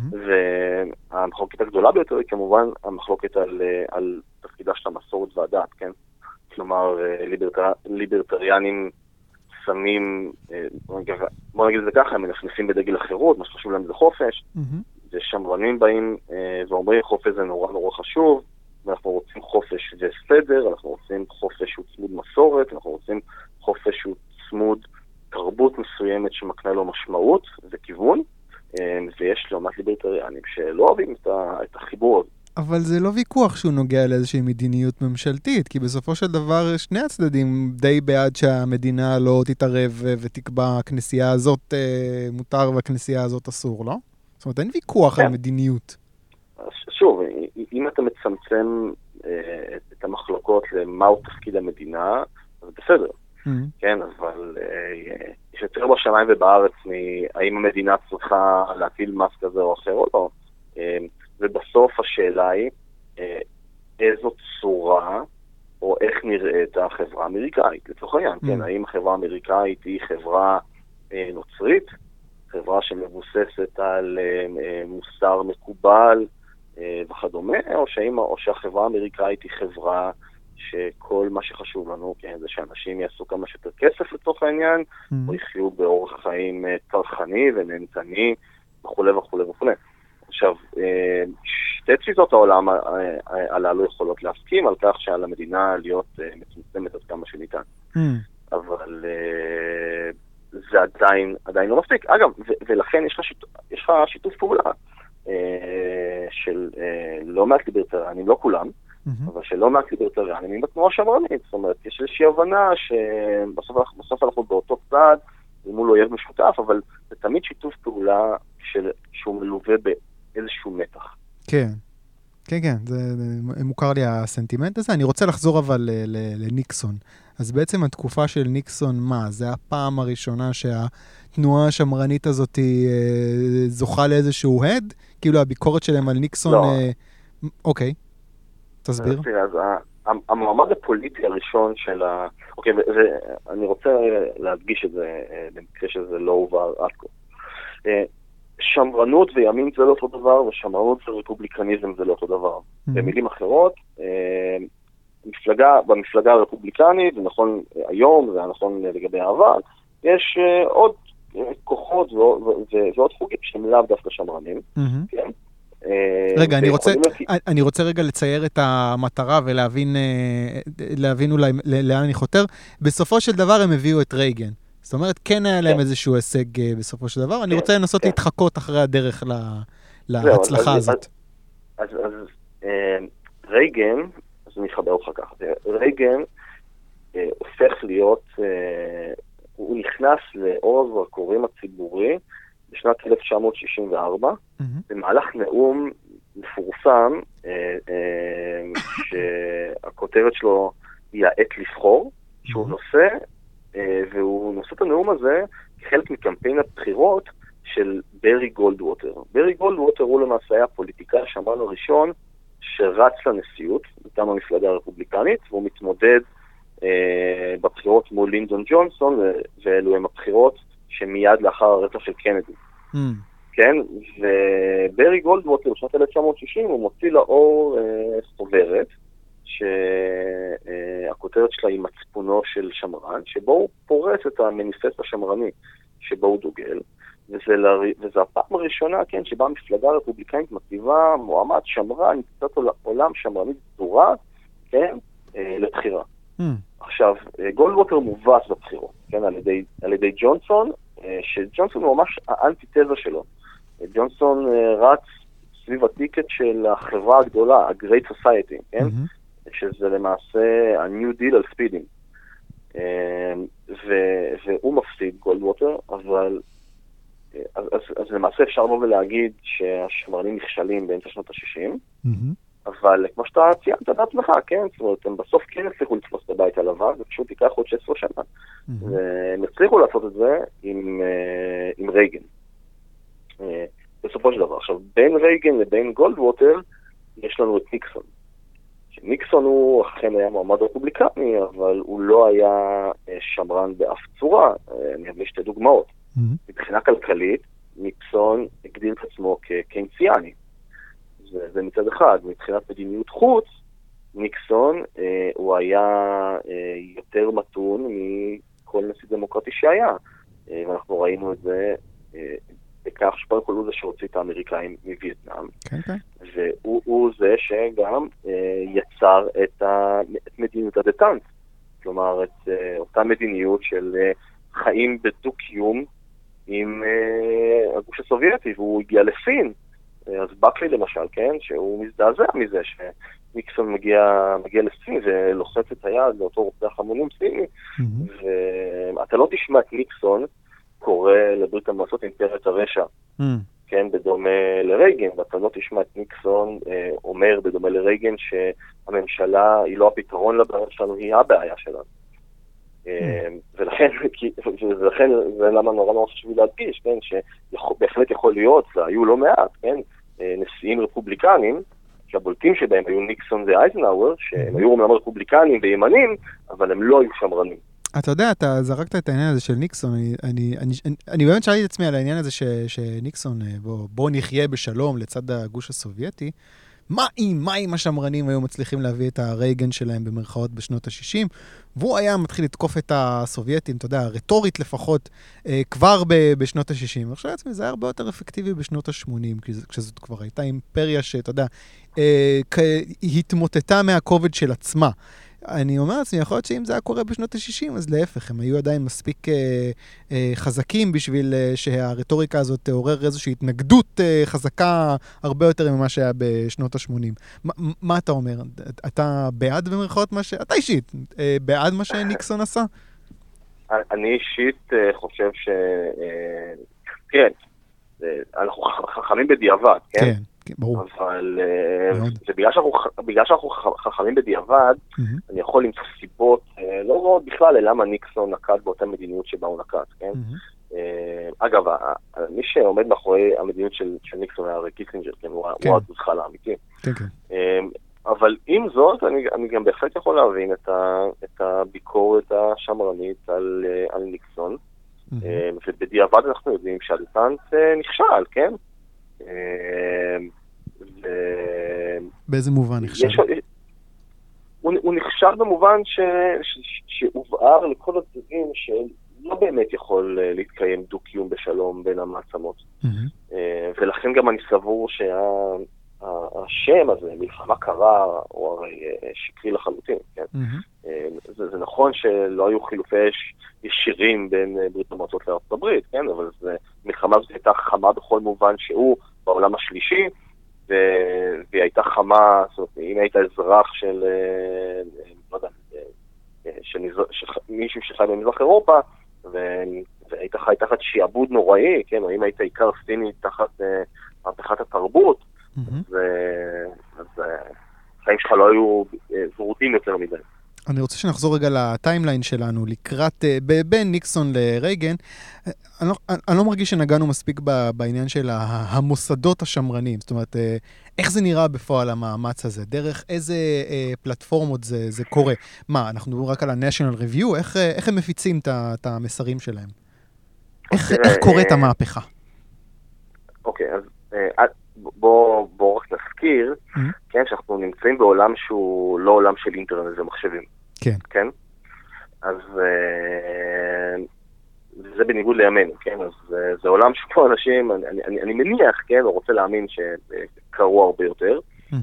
Speaker 2: והמחלוקת הגדולה ביותר היא כמובן המחלוקת על תפקידה של המסורת והדת, כן? כלומר, ליברטריאנים שמים, בוא נגיד את זה ככה, הם מנפנפים בדגל החירות, מה שחשוב להם זה חופש, ושמרנים באים ואומרים חופש זה נורא נורא חשוב, ואנחנו רוצים חופש וסדר, אנחנו רוצים חופש שהוא צמוד מסורת, אנחנו רוצים חופש שהוא צמוד תרבות מסוימת שמקנה לו משמעות וכיוון, ויש לעומת ליברטריאנים שלא אוהבים את החיבור הזה.
Speaker 1: אבל זה לא ויכוח שהוא נוגע לאיזושהי מדיניות ממשלתית, כי בסופו של דבר שני הצדדים די בעד שהמדינה לא תתערב ותקבע הכנסייה הזאת מותר והכנסייה הזאת אסור, לא? זאת אומרת, אין ויכוח על מדיניות.
Speaker 2: שוב, אם אתה מצמצם את המחלוקות למהו תפקיד המדינה, אז בסדר. כן, אבל יש יותר בשמיים ובארץ מהאם המדינה צריכה להטיל מס כזה או אחר או לא. ובסוף השאלה היא איזו צורה או איך נראית החברה האמריקאית. לצורך העניין, כן, האם החברה האמריקאית היא חברה נוצרית, חברה שמבוססת על מוסר מקובל וכדומה, או שהחברה האמריקאית היא חברה שכל מה שחשוב לנו, כן, זה שאנשים יעשו כמה שיותר כסף לצורך העניין, או יחיו באורח חיים צרכני ונהנתני, וכו' וכו' וכו'. עכשיו, שתי תפיסות העולם הללו יכולות להסכים על כך שעל המדינה להיות מצומצמת עד כמה שניתן. אבל זה עדיין לא מספיק. אגב, ולכן יש לך שיתוף פעולה של לא מעט ליברטריאנים, לא כולם, אבל שלא מעט ליברטריאנים בתנועה שמרנית. זאת אומרת, יש איזושהי הבנה שבסוף אנחנו באותו צד, מול אויב משותף, אבל זה תמיד שיתוף פעולה שהוא מלווה באיזשהו מתח.
Speaker 1: כן, כן, כן, זה מוכר לי הסנטימנט הזה. אני רוצה לחזור אבל לניקסון. אז בעצם התקופה של ניקסון, מה? זה הפעם הראשונה שהתנועה השמרנית הזאת זוכה לאיזשהו הד? כאילו הביקורת שלהם על ניקסון...
Speaker 2: לא.
Speaker 1: אוקיי, תסביר.
Speaker 2: אז המועמד הפוליטי הראשון של ה... אוקיי, ואני רוצה להדגיש את זה, במקרה שזה לא הובהר עד כה. שמרנות וימין זה לא אותו דבר, ושמרנות ורפובליקניזם זה לא אותו דבר. במילים אחרות, במפלגה הרפובליקנית, זה נכון היום, זה נכון לגבי העבר, יש עוד כוחות ועוד חוגים שהם לאו דווקא שמרנים. כן?
Speaker 1: רגע, אני רוצה רגע לצייר את המטרה ולהבין אולי לאן אני חותר. בסופו של דבר הם הביאו את רייגן. זאת אומרת, כן היה להם איזשהו הישג בסופו של דבר. אני רוצה לנסות להתחקות אחרי הדרך להצלחה הזאת.
Speaker 2: אז רייגן, אז אני אחבר אותך ככה, רייגן הופך להיות, הוא נכנס לאור הזרקורים הציבורי בשנת 1964, במהלך נאום מפורסם, שהכותרת שלו היא העת לבחור, שהוא נושא, והוא נושא את הנאום הזה כחלק מקמפיין הבחירות של ברי גולדווטר. ברי גולדווטר הוא למעשה היה פוליטיקאי השמרן הראשון שרץ לנשיאות מטעם המפלגה הרפובליקנית, והוא מתמודד בבחירות מול לינדון ג'ונסון, ואלו הם הבחירות שמיד לאחר הרצח של קנדי. כן? וברי גולדווטר בשנת 1960 הוא מוציא לאור חוברת, שהכותרת שלה היא מצפונו של שמרן, שבו הוא פורס את המניפסט השמרני שבו הוא דוגל, וזה הפעם הראשונה, כן, שבה המפלגה הרפובליקנית מציבה מועמד שמרן, קצת עולם שמרנית סדורה, כן, לבחירה. עכשיו, גולדווטר מובס בבחירות, כן, על ידי ג'ונסון, שג'ונסון הוא ממש האנטיתזה שלו. ג'ונסון רץ סביב הטיקט של החברה הגדולה, ה-Great Society, כן? שזה למעשה ה-New Deal על ספידים. והוא מפסיד גולדווטר, אבל אז למעשה אפשר לבוא ולהגיד שהשמרנים נכשלים באמצע שנות ה-60, אבל כמו שאתה ציינת בעצמך, כן? זאת אומרת, הם בסוף כן הצליחו לתפוס את הבית הלבן, זה פשוט ייקח עוד 16 שנה. והם הצליחו לעשות את זה עם רייגן. בסופו של דבר. עכשיו, בין רייגן לבין גולדווטר, יש לנו את ניקסון. ניקסון הוא אכן היה מועמד רפובליקני, אבל הוא לא היה שמרן באף צורה. אני אביא שתי דוגמאות. מבחינה כלכלית, ניקסון הגדיר את עצמו כקיינסיאני. זה מצד אחד. מבחינת מדיניות חוץ, ניקסון הוא היה יותר מתון מכל נשיא דמוקרטי שהיה. ואנחנו ראינו את זה בכך שקודם כל הוא זה שהוציא את האמריקאים מווייטנאם. והוא זה שגם יצר את מדיניות הדטנט. כלומר, את אותה מדיניות של חיים בדו-קיום עם הגוש הסובייטי, והוא הגיע לסין. אז בקלי למשל, כן, שהוא מזדעזע מזה שניקסון מגיע לסין ולוחץ את היד לאותו רוצח המונים סיני, ואתה לא תשמע את ניקסון קורא לברית המועצות אימפריית הרשע, כן, בדומה לרייגן, ואתה לא תשמע את ניקסון אומר בדומה לרייגן שהממשלה היא לא הפתרון לבעיה שלנו, היא הבעיה שלנו. ולכן זה למה נורא חשוב להדגיש, כן, שבהחלט יכול להיות, והיו לא מעט, כן, נשיאים רפובליקנים, שהבולטים שבהם היו ניקסון ואייזנהאואר, שהם היו אומנם רפובליקנים וימנים, אבל הם לא היו שמרנים.
Speaker 1: אתה יודע, אתה זרקת את העניין הזה של ניקסון, אני באמת שאלתי את עצמי על העניין הזה שניקסון, בוא נחיה בשלום לצד הגוש הסובייטי, מה אם השמרנים היו מצליחים להביא את הרייגן שלהם במרכאות בשנות ה-60, והוא היה מתחיל לתקוף את הסובייטים, אתה יודע, רטורית לפחות, כבר בשנות ה-60. עכשיו לעצמי, זה היה הרבה יותר אפקטיבי בשנות ה-80, כשזאת כבר הייתה אימפריה שאתה יודע, התמוטטה מהכובד של עצמה. אני אומר לעצמי, יכול להיות שאם זה היה קורה בשנות ה-60, אז להפך, הם היו עדיין מספיק חזקים בשביל שהרטוריקה הזאת תעורר איזושהי התנגדות חזקה הרבה יותר ממה שהיה בשנות ה-80. מה אתה אומר? אתה בעד במרכאות מה אתה אישית, בעד מה שניקסון עשה?
Speaker 2: אני אישית חושב כן, אנחנו חכמים בדיעבד, כן?
Speaker 1: כן. ברור.
Speaker 2: אבל בגלל שאנחנו חכמים בדיעבד, אני יכול למצוא סיבות, לא רואות בכלל למה ניקסון נקט באותה מדיניות שבה הוא נקט, כן? אגב, מי שעומד מאחורי המדיניות של ניקסון היה הרי קיסינג'ר, כן? הוא הדוזחל האמיתי. אבל עם זאת, אני גם בהחלט יכול להבין את הביקורת השמרנית על ניקסון, ובדיעבד אנחנו יודעים שהדטאנט נכשל, כן?
Speaker 1: באיזה מובן נכשל?
Speaker 2: הוא נכשל במובן שהובהר לכל הצדדים שלא באמת יכול להתקיים דו-קיום בשלום בין המעצמות. ולכן גם אני סבור שהשם הזה, מלחמה קרה, הוא הרי שקרי לחלוטין. זה נכון שלא היו חילופי אש ישירים בין ברית המועצות לארצות הברית, אבל מלחמה הזאת הייתה חמה בכל מובן שהוא בעולם השלישי, והיא הייתה חמה, זאת אומרת, אם היית אזרח של, לא יודע, מישהו שחי במזרח אירופה, והיית חי תחת שיעבוד נוראי, כן, או אם היית עיקר סיני תחת מהפכת התרבות, אז החיים שלך לא היו ורודים יותר מדי.
Speaker 1: אני רוצה שנחזור רגע לטיימליין שלנו, לקראת, בין ניקסון לרייגן. אני לא מרגיש שנגענו מספיק בעניין של המוסדות השמרנים. זאת אומרת, איך זה נראה בפועל המאמץ הזה? דרך איזה פלטפורמות זה קורה? מה, אנחנו מדברים רק על ה-National Review? איך הם מפיצים את המסרים שלהם? איך קורית המהפכה?
Speaker 2: אוקיי, אז בואו רק נזכיר, כן, שאנחנו נמצאים בעולם שהוא לא עולם של אינטרנט ומחשבים.
Speaker 1: כן.
Speaker 2: כן? אז זה בניגוד לימינו, כן? אז זה עולם שפה אנשים, אני מניח, כן, או רוצה להאמין שקרו הרבה יותר,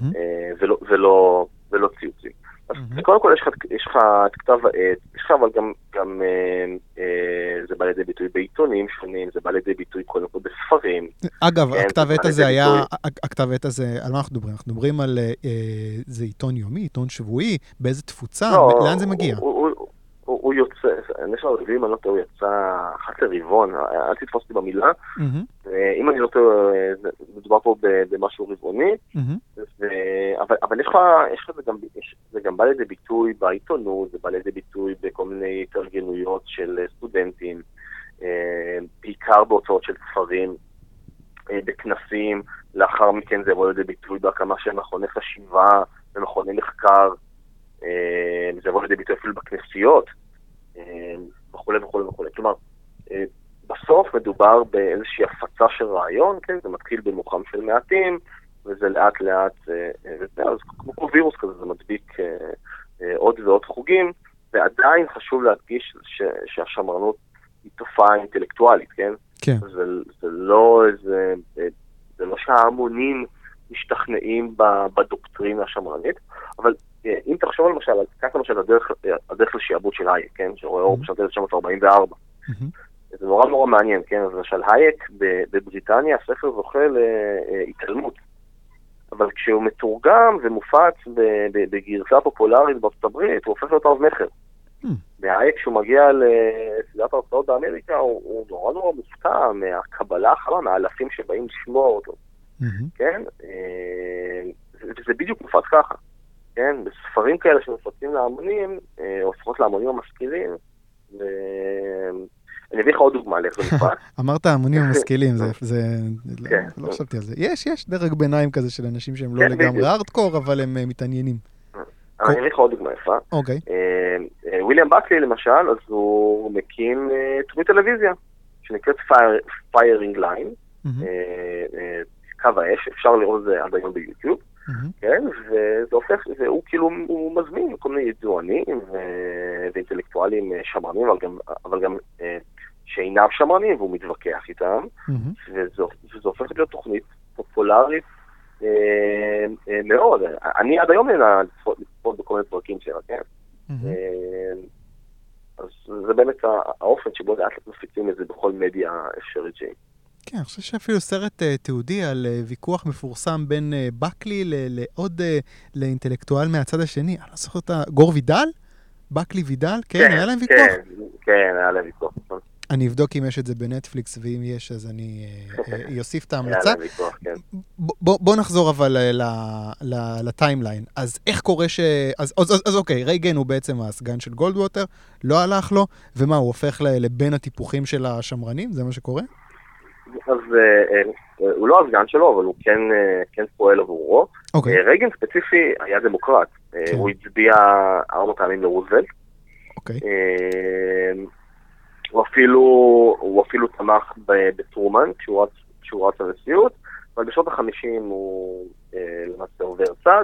Speaker 2: ולא ציוצים. אז קודם כל יש לך את כתב העת, יש לך אבל גם זה בא לידי ביטוי בעיתונים שונים, זה בא לידי ביטוי קודם כל בספרים.
Speaker 1: אגב, הכתב העת הזה היה, הכתב העת הזה, על מה אנחנו מדברים? אנחנו מדברים על, זה עיתון יומי, עיתון שבועי, באיזה תפוצה, לאן זה מגיע?
Speaker 2: הוא יוצא, אני חושב הרביעים, אני לא טועה, הוא יצא אחת לרבעון, אל תתפוס אותי במילה, אם אני לא טועה, מדובר פה במשהו רבעוני, אבל יש לך זה גם בא לידי ביטוי בעיתונות, זה בא לידי ביטוי בכל מיני התארגנויות של סטודנטים, בעיקר בהוצאות של ספרים, בכנסים, לאחר מכן זה בא לידי ביטוי בהקמה של מכוני חשיבה ומכוני מחקר, זה יבוא לידי ביטוי אפילו בכנסיות, וכו' וכו' וכו'. כלומר, בסוף מדובר באיזושהי הפצה של רעיון, כן? זה מתחיל במוחם של מעטים, וזה לאט לאט, אז כמו וירוס כזה, זה מדביק עוד ועוד חוגים, ועדיין חשוב להדגיש שהשמרנות היא תופעה אינטלקטואלית, כן?
Speaker 1: כן.
Speaker 2: זה לא שההמונים משתכנעים בדוקטרינה השמרנית, אבל אם תחשוב למשל, כך למשל הדרך לשיעבוד של הייק, כן? שרואה אור בשנת 1944. זה נורא נורא מעניין, כן? אז למשל הייק בבריטניה, הספר זוכה להתעלמות. אבל כשהוא מתורגם ומופץ בגרסה פופולרית בארצות הברית, הוא הופך להיות רב מכר. והייק כשהוא מגיע לסדרת ההרצאות באמריקה, הוא נורא נורא מופתע מהקבלה החמה, מהאלפים שבאים לשמוע אותו. כן? וזה בדיוק מופץ ככה. כן? בספרים כאלה שמפצים להמונים, או לפחות להמונים המשכילים, אני אביא לך עוד דוגמה לאיך זה מופץ.
Speaker 1: אמרת המונים המשכילים, לא חשבתי על זה. יש דרג ביניים כזה של אנשים שהם לא לגמרי הארדקור, אבל הם מתעניינים.
Speaker 2: אני אביא לך עוד דוגמה יפה.
Speaker 1: אוקיי.
Speaker 2: וויליאם בקלי למשל, אז הוא מקים תוכנית טלוויזיה, שנקראת Firing Line, קו האש, אפשר לראות את זה עד היום ביוטיוב, כן, וזה הופך, והוא כאילו, הוא מזמין כל מיני ידוענים ואינטלקטואלים שמרנים, אבל גם שאינם שמרנים, והוא מתווכח איתם, וזה הופך להיות תוכנית פופולרית מאוד. אני עד היום נהנה לצפות בכל מיני פרקים שלה, כן? אז זה באמת האופן שבו לאט מפיצים את זה בכל מדיה אפשרית שהיא.
Speaker 1: כן, אני חושב שאפילו סרט תיעודי על ויכוח מפורסם בין בקלי לעוד לאינטלקטואל מהצד השני. אני לא זוכר את גור וידל? בקלי וידל? כן, היה להם ויכוח?
Speaker 2: כן, היה להם ויכוח.
Speaker 1: אני אבדוק אם יש את זה בנטפליקס, ואם יש, אז אני אוסיף את ההמלצה. בוא נחזור אבל לטיימליין. אז איך קורה אז אוקיי, רייגן הוא בעצם הסגן של גולדווטר, לא הלך לו, ומה, הוא הופך לבין הטיפוחים של השמרנים? זה מה שקורה?
Speaker 2: אז הוא לא הסגן שלו, אבל הוא כן פועל עבורו. רייגן ספציפי היה דמוקרט. הוא הצביע 4 פעמים לרוזוולט. הוא אפילו תמך בטרומן כשהוא רץ לנשיאות, אבל בשנות ה-50 הוא למעשה עובר צד.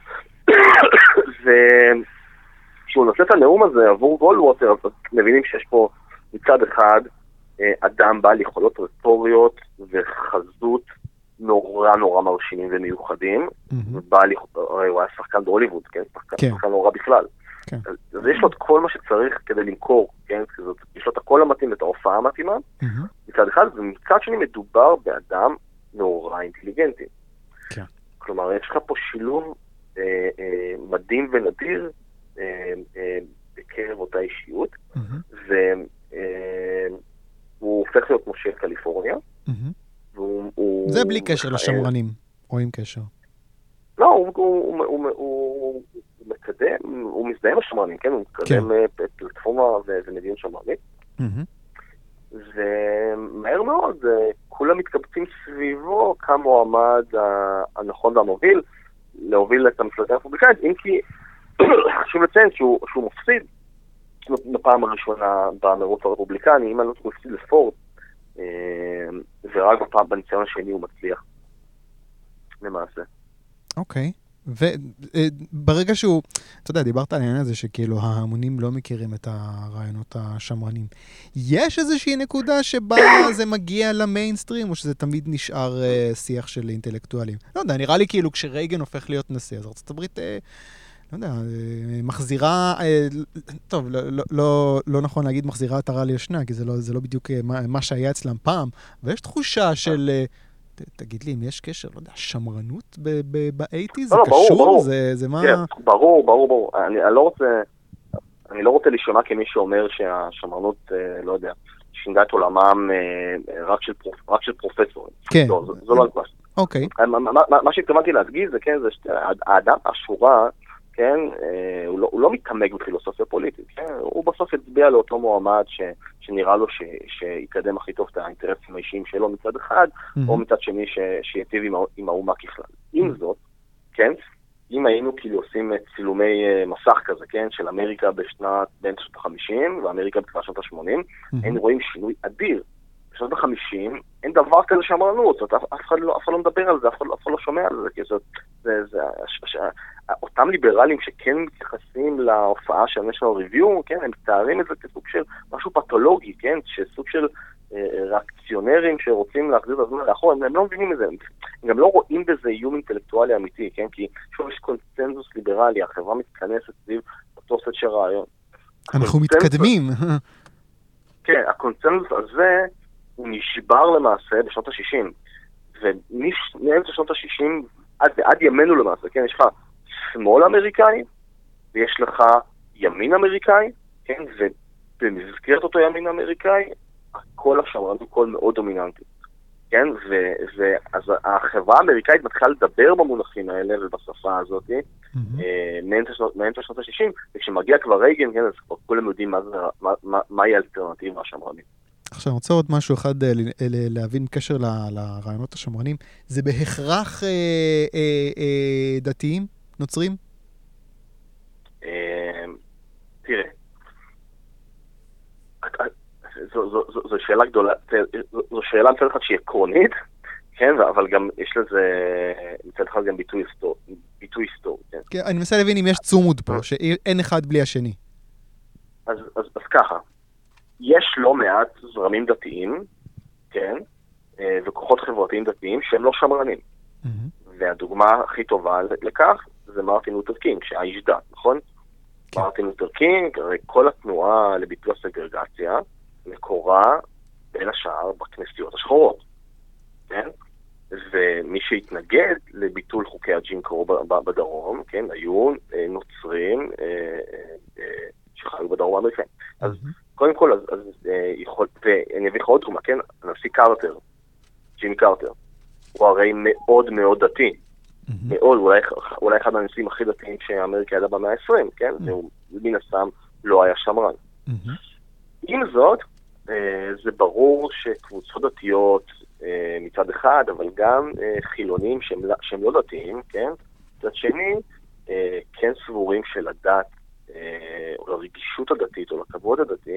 Speaker 2: וכשהוא נושא את הנאום הזה עבור גולדווטר, אז מבינים שיש פה מצד אחד אדם בעל יכולות רטוריות וחזות נורא נורא מרשימים ומיוחדים, הרי הוא היה שחקן בהוליווד, כן? שחקן נורא בכלל. אז יש לו את כל מה שצריך כדי למכור, כן? יש לו את הקול המתאים ואת ההופעה המתאימה, מצד אחד, ומצד שני מדובר באדם נורא אינטליגנטי. כלומר, יש לך פה שילוב מדהים ונדיר בקרב אותה אישיות, והוא הופך להיות מושל קליפורניה.
Speaker 1: זה בלי קשר לשמרנים, או עם קשר.
Speaker 2: לא, הוא מקדם, הוא מזדהה בשמרנים, כן? הוא מקדם פלטפורמה ומדיון שמרנית. ומהר מאוד, כולם מתקבצים סביבו כמועמד הנכון והמוביל, להוביל את המפלגה הרפובליקנית, אם כי חשוב לציין שהוא מפסיד בפעם הראשונה במרוץ הרפובליקני, אם אני לא מפסיד לפורד, ורק בניסיון השני הוא מצליח למעשה.
Speaker 1: אוקיי. וברגע שהוא, אתה יודע, דיברת על העניין הזה שכאילו ההמונים לא מכירים את הרעיונות השמרנים. יש איזושהי נקודה שבה זה מגיע למיינסטרים, או שזה תמיד נשאר שיח של אינטלקטואלים? לא יודע, נראה לי כאילו כשרייגן הופך להיות נשיא, אז ארצות הברית, לא יודע, מחזירה, טוב, לא נכון להגיד מחזירה את הרע לישנה, כי זה לא בדיוק מה שהיה אצלם פעם, ויש תחושה של... תגיד לי, אם יש קשר, לא יודע, שמרנות ב-80? זה קשור? זה מה...
Speaker 2: ברור. אני לא רוצה לשמוע כמי שאומר שהשמרנות, לא יודע, שינדה את עולמם רק של פרופסורים.
Speaker 1: כן.
Speaker 2: זו לא הנקודה.
Speaker 1: אוקיי.
Speaker 2: מה שהתכוונתי להדגיש זה, כן, זה האדם השורה, כן, הוא לא מתעמק בפילוסופיה פוליטית, כן? הוא בסוף הצביע לאותו מועמד שנראה לו שיקדם הכי טוב את האינטרסים האישיים שלו מצד אחד, או מצד שני שיטיב עם האומה ככלל. עם זאת, כן, אם היינו כאילו עושים צילומי מסך כזה, כן, של אמריקה בין שנות ה-50 ואמריקה בתחילת שנות ה-80, היינו רואים שינוי אדיר. בשנות ה-50 אין דבר כזה שמרנות, אף אחד לא מדבר על זה, אף אחד לא שומע על זה, כי אותם ליברלים שכן מתייחסים להופעה של national review, כן, הם מתארים את זה כסוג של משהו פתולוגי, כן, שסוג של ריאקציונרים שרוצים להחזיר את הזמן לאחור, הם לא מבינים את זה, הם גם לא רואים בזה איום אינטלקטואלי אמיתי, כן, כי שוב יש קונצנזוס ליברלי, החברה מתכנסת סביב אותו סט של רעיון.
Speaker 1: אנחנו מתקדמים.
Speaker 2: כן, הקונצנזוס הזה הוא נשבר למעשה בשנות ה-60, ומאמצע שנות ה-60 עד ימינו למעשה, כן, יש לך שמאל אמריקאי, ויש לך ימין אמריקאי, כן, ובמסגרת אותו ימין אמריקאי, הכל השמרנות הוא קול מאוד דומיננטי, כן, ואז החברה האמריקאית מתחילה לדבר במונחים האלה ובשפה הזאת, מאמצע שנות ה-60, וכשמגיע כבר רייגן, כן, אז כבר כולם יודעים מהי האלטרנטיבה השמרנית.
Speaker 1: עכשיו, אני רוצה עוד משהו אחד להבין בקשר לרעיונות השמרנים. זה בהכרח דתיים, נוצרים?
Speaker 2: תראה, זו שאלה גדולה, זו שאלה מצד אחד שהיא עקרונית, כן, אבל גם יש לזה מצד אחד גם ביטוי היסטורי, כן.
Speaker 1: כן, אני מנסה להבין אם יש צומוד פה, שאין אחד בלי השני.
Speaker 2: אז ככה, יש לא מעט זרמים דתיים, כן, וכוחות חברתיים דתיים שהם לא שמרנים. והדוגמה הכי טובה לכך זה מרטין לותר קינג, שהיה איש דת, נכון? מרטין לותר קינג, הרי כל התנועה לביטול הסגרגציה מקורה בין השאר בכנסיות השחורות, כן? ומי שהתנגד לביטול חוקי הג'ים קרו בדרום, כן, היו נוצרים שחיו בדרום האמריקאי. אז קודם כל, ואני אביא לך עוד דוגמה, כן? הנשיא קרטר, ג'ימי קרטר, הוא הרי מאוד מאוד דתי. מאוד, אולי אחד מהנשיאים הכי דתיים שאמריקה ידעה במאה ה-20, כן? והוא מן הסתם לא היה שמרן. עם זאת, זה ברור שקבוצות דתיות מצד אחד, אבל גם חילונים שהם לא דתיים, כן? מצד שני, כן סבורים שלדת, או לרגישות הדתית, או לכבוד הדתי,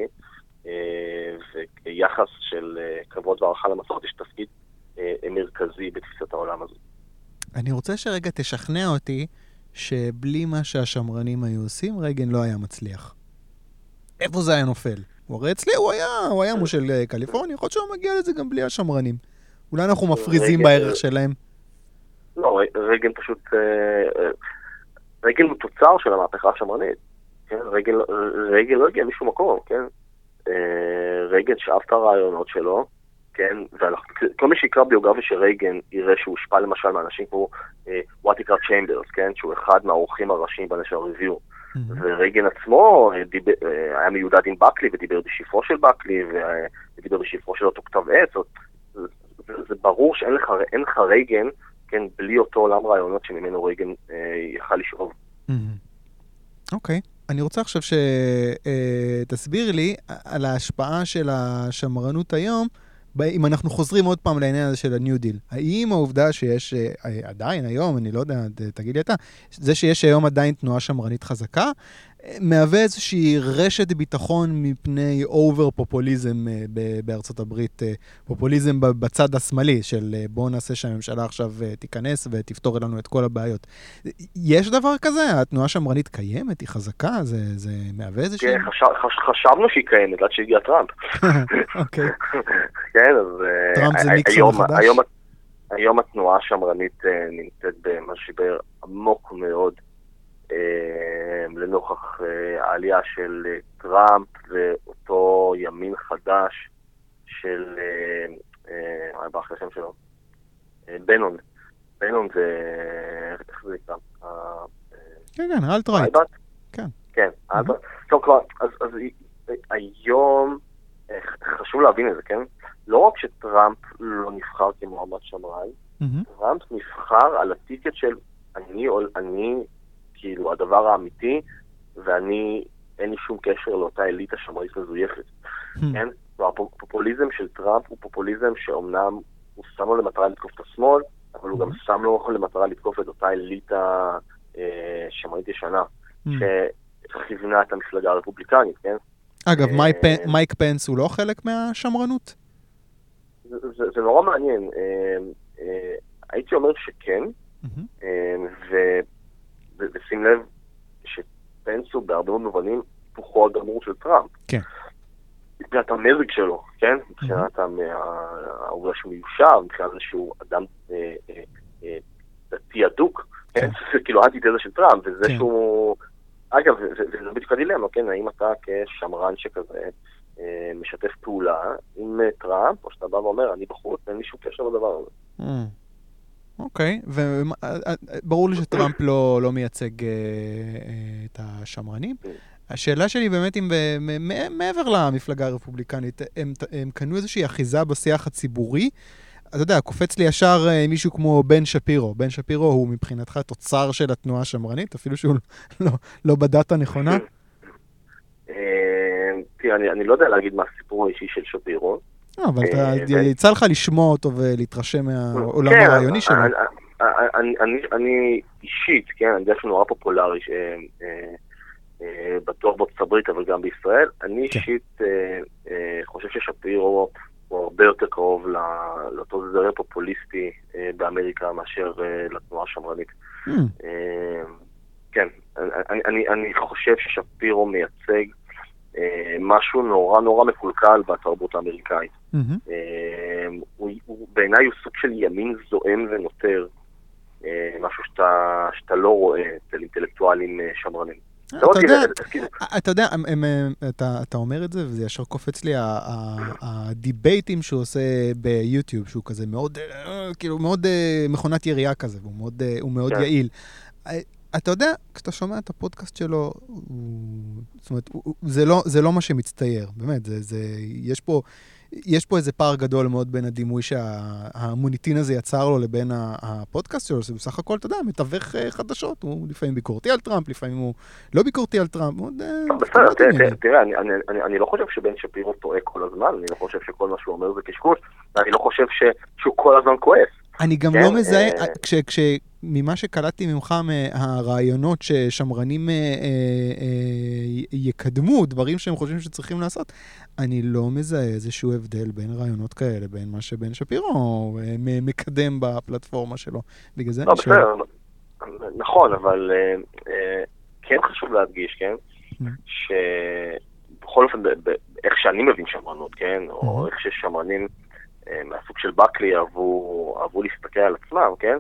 Speaker 2: ויחס של כבוד והערכה למסורת, יש תפקיד מרכזי בתפיסת העולם הזו.
Speaker 1: אני רוצה שרגע תשכנע אותי שבלי מה שהשמרנים היו עושים, רייגן לא היה מצליח. איפה זה היה נופל? הוא הרי אצלי, הוא היה מושל קליפורניה, יכול להיות שהוא מגיע לזה גם בלי השמרנים. אולי אנחנו מפריזים בערך שלהם.
Speaker 2: לא, רייגן פשוט... רייגן הוא תוצר של המהפכה השמרנית. רייגן לא הגיע משום מקום, כן? רייגן שאף את הרעיונות שלו, כן? וכל מי שיקרא ביוגרפיה של רייגן יראה שהוא השפע למשל מאנשים כמו וואטיקר צ'יימברס, כן? שהוא אחד מהאורחים הראשיים בנשר ריוויו. ורייגן עצמו היה מיודד עם בקלי ודיבר בשפרו של בקלי ודיבר בשפרו של אותו כתב עץ. זה ברור שאין לך רייגן, כן, בלי אותו עולם רעיונות שממנו רייגן יכל לשאוב.
Speaker 1: אוקיי. אני רוצה עכשיו שתסביר לי על ההשפעה של השמרנות היום, אם אנחנו חוזרים עוד פעם לעניין הזה של הניו דיל. האם העובדה שיש עדיין היום, אני לא יודע, תגיד לי אתה, זה שיש היום עדיין תנועה שמרנית חזקה, מהווה איזושהי רשת ביטחון מפני אובר פופוליזם בארצות הברית, פופוליזם בצד השמאלי של בואו נעשה שהממשלה עכשיו תיכנס ותפתור לנו את כל הבעיות. יש דבר כזה? התנועה שמרנית קיימת? היא חזקה? זה מהווה איזושהי...
Speaker 2: כן, חשבנו שהיא קיימת, עד שהגיע טראמפ.
Speaker 1: אוקיי.
Speaker 2: כן, אז...
Speaker 1: טראמפ זה ניקסון החדש?
Speaker 2: היום התנועה השמרנית נמצאת במשבר עמוק מאוד, לנוכח העלייה של טראמפ ואותו ימין חדש של מה בא אחרי השם שלו? בנון. בנון זה... איך זה נקרא?
Speaker 1: כן, אלט-רייט.
Speaker 2: כן. כן, אלט-רייט. טוב, כבר, אז היום חשוב להבין את זה, כן? לא רק שטראמפ לא נבחר כמועמד שמרן, טראמפ נבחר על הטיקט של אני כאילו הדבר האמיתי, ואני, אין לי שום קשר לאותה אליטה שמרנית מזויפת. כן? והפופוליזם של טראמפ הוא פופוליזם שאומנם הוא שם לו למטרה לתקוף את השמאל, אבל הוא גם שם לו למטרה לתקוף את אותה אליטה שמרנית ישנה, שכיוונה את המפלגה הרפובליקנית, כן?
Speaker 1: אגב, מייק פנס הוא לא חלק מהשמרנות?
Speaker 2: זה נורא מעניין. הייתי אומר שכן, ושים לב שפנס הוא בהרבה מאוד מובנים פוחו הגמור של טראמפ. כן. מבחינת המזג שלו, כן? מבחינת העובדה שהוא מיושב, מבחינת זה שהוא אדם דתי אדוק, כן? זה כאילו האנטיתזה של טראמפ, וזה שהוא... אגב, וזה בדיוק הדילמה, כן? האם אתה כשמרן שכזה משתף פעולה עם טראמפ, או שאתה בא ואומר, אני בחוץ, אין לי שום קשר לדבר הזה.
Speaker 1: אוקיי, וברור לי שטראמפ לא מייצג את השמרנים. השאלה שלי באמת אם מעבר למפלגה הרפובליקנית, הם קנו איזושהי אחיזה בשיח הציבורי. אתה יודע, קופץ לי ישר מישהו כמו בן שפירו. בן שפירו הוא מבחינתך תוצר של התנועה השמרנית, אפילו שהוא לא בדת הנכונה.
Speaker 2: תראה, אני לא יודע להגיד מה הסיפור האישי של שפירו.
Speaker 1: אבל יצא לך לשמוע אותו ולהתרשם מהעולם הרעיוני שלו.
Speaker 2: אני אישית, כן, אני יודע שהוא נורא פופולרי, בטוח בארצות הברית, אבל גם בישראל. אני אישית חושב חושב ששפירו הוא הרבה יותר קרוב לאותו זרם פופוליסטי באמריקה מאשר לתנועה השמרנית. כן, אני חושב ששפירו מייצג משהו נורא נורא מקולקל בתרבות האמריקאית. בעיניי הוא סוג של ימין זועם ונותר, משהו שאתה לא רואה אצל אינטלקטואלים שמרנים.
Speaker 1: אתה יודע, אתה אומר את זה, וזה ישר קופץ לי הדיבייטים שהוא עושה ביוטיוב, שהוא כזה מאוד, כאילו מאוד מכונת ירייה כזה, והוא מאוד יעיל. אתה יודע, כשאתה שומע את הפודקאסט שלו, זאת אומרת, זה לא מה שמצטייר, באמת, יש פה איזה פער גדול מאוד בין הדימוי שהמוניטין הזה יצר לו לבין הפודקאסט שלו, בסך הכל, אתה יודע, מתווך חדשות, הוא לפעמים ביקורתי על טראמפ, לפעמים הוא לא ביקורתי על טראמפ.
Speaker 2: בסדר, תראה, אני לא חושב שבן שפירו טועה כל הזמן, אני לא חושב שכל מה שהוא אומר זה קשקוש, אני לא חושב שהוא כל הזמן כועס.
Speaker 1: אני גם לא מזהה, ממה שקלטתי ממך מהרעיונות ששמרנים יקדמו, דברים שהם חושבים שצריכים לעשות, אני לא מזהה איזשהו הבדל בין רעיונות כאלה, בין מה שבן שפירו מקדם בפלטפורמה שלו. בגלל זה אני שואל.
Speaker 2: נכון, אבל כן חשוב להדגיש, כן? שבכל אופן, איך שאני מבין שמרנות, כן? או איך ששמרנים מהסוג של בקלי אהבו להסתכל על עצמם, כן?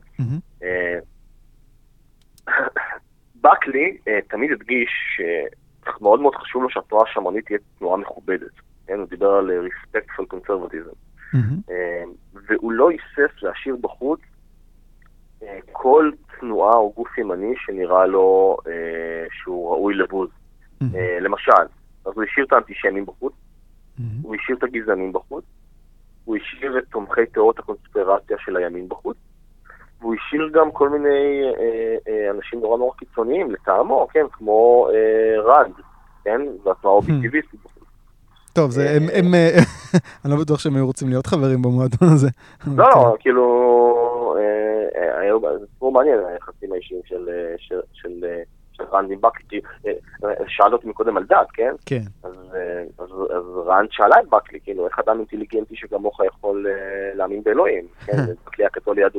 Speaker 2: בקלי תמיד הדגיש שמאוד מאוד חשוב לו שהתנועה השמרנית תהיה תנועה מכובדת. הוא דיבר על respectful conservatism. והוא לא היסס להשאיר בחוץ כל תנועה או גוף ימני שנראה לו שהוא ראוי לבוז. למשל, אז הוא השאיר את האנטישמים בחוץ, הוא השאיר את הגזענים בחוץ, הוא השאיר את תומכי תיאוריות הקונספירציה של הימין בחוץ, והוא השאיר גם כל מיני אנשים נורא נורא קיצוניים לטעמו, כן, כמו רד, כן, והתנועה אובייקטיביסטית בחוץ.
Speaker 1: טוב, אני לא בטוח שהם היו רוצים להיות חברים במועדון הזה.
Speaker 2: לא, כאילו, זה סיפור מעניין, היחסים האישיים של רן בקלי, שאל אותי מקודם על דת, כן?
Speaker 1: כן.
Speaker 2: אז רן שאלה את בקלי, כאילו, איך אדם אינטליגנטי שכמוך יכול להאמין באלוהים, כן? בקלי הקתולי יהדות.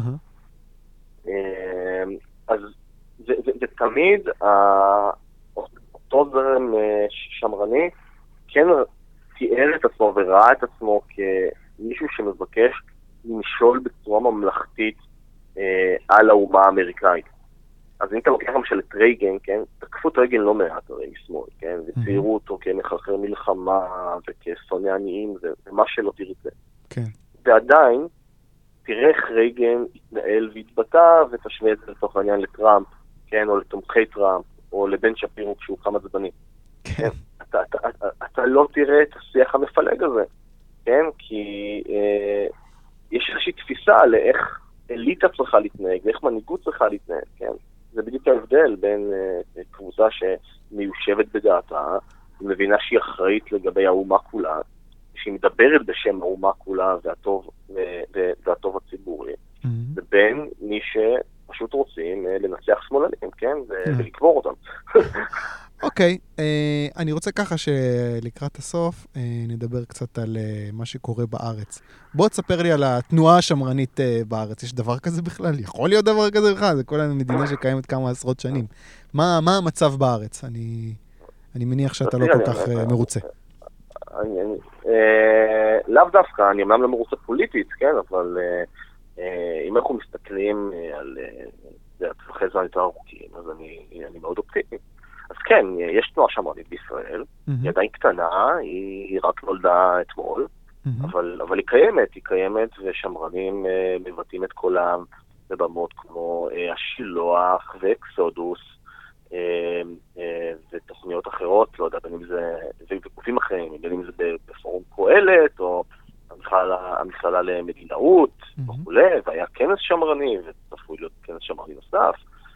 Speaker 2: אז זה תמיד, אותו זרם שמרני, כן תיאר את עצמו וראה את עצמו כמישהו שמבקש למשול בצורה ממלכתית על האומה האמריקאית. אז אם אתה לוקח למשל את רייגן, כן, תקפו את רייגן לא מעט הרי משמאל, כן, וציירו אותו כמחרחר מלחמה וכשונא עניים ומה שלא תרצה.
Speaker 1: כן.
Speaker 2: ועדיין, תראה איך רייגן התנהל והתבטא ותשווה את זה לתוך העניין לטראמפ, כן, או לתומכי טראמפ, או לבן שפירו כשהוא כמה זבנים.
Speaker 1: כן.
Speaker 2: אתה לא תראה את השיח המפלג הזה, כן, כי יש איזושהי תפיסה לאיך אליטה צריכה להתנהג, ואיך מנהיגות צריכה להתנהג, כן. זה בדיוק ההבדל בין קבוצה שמיושבת בדעתה, ומבינה שהיא אחראית לגבי האומה כולה, שהיא מדברת בשם האומה כולה והטוב הציבורי, ובין מי שפשוט רוצים לנצח שמאלנים, כן, ולקבור אותם.
Speaker 1: אוקיי, אני רוצה ככה שלקראת הסוף נדבר קצת על מה שקורה בארץ. בוא תספר לי על התנועה השמרנית בארץ. יש דבר כזה בכלל? יכול להיות דבר כזה בכלל? זה כל המדינה שקיימת כמה עשרות שנים. מה המצב בארץ? אני מניח שאתה לא כל כך מרוצה.
Speaker 2: לאו דווקא, אני אמנם לא מרוצה פוליטית, כן, אבל אם אנחנו מסתכלים על טווחי זמן יותר ארוכים, אז אני מאוד אופטימי. אז כן, יש תנועה שמרנית בישראל, היא עדיין קטנה, היא רק נולדה אתמול, אבל היא קיימת, ושמרנים מבטאים את קולם בבמות כמו השילוח ואקסודוס, ותוכניות אחרות, לא יודע, בין אם זה וגופים אחרים, בין אם זה בפורום קהלת, או המכללה למדינאות, וכולי, והיה כנס שמרני, וצפוי להיות כנס שמרני נוסף,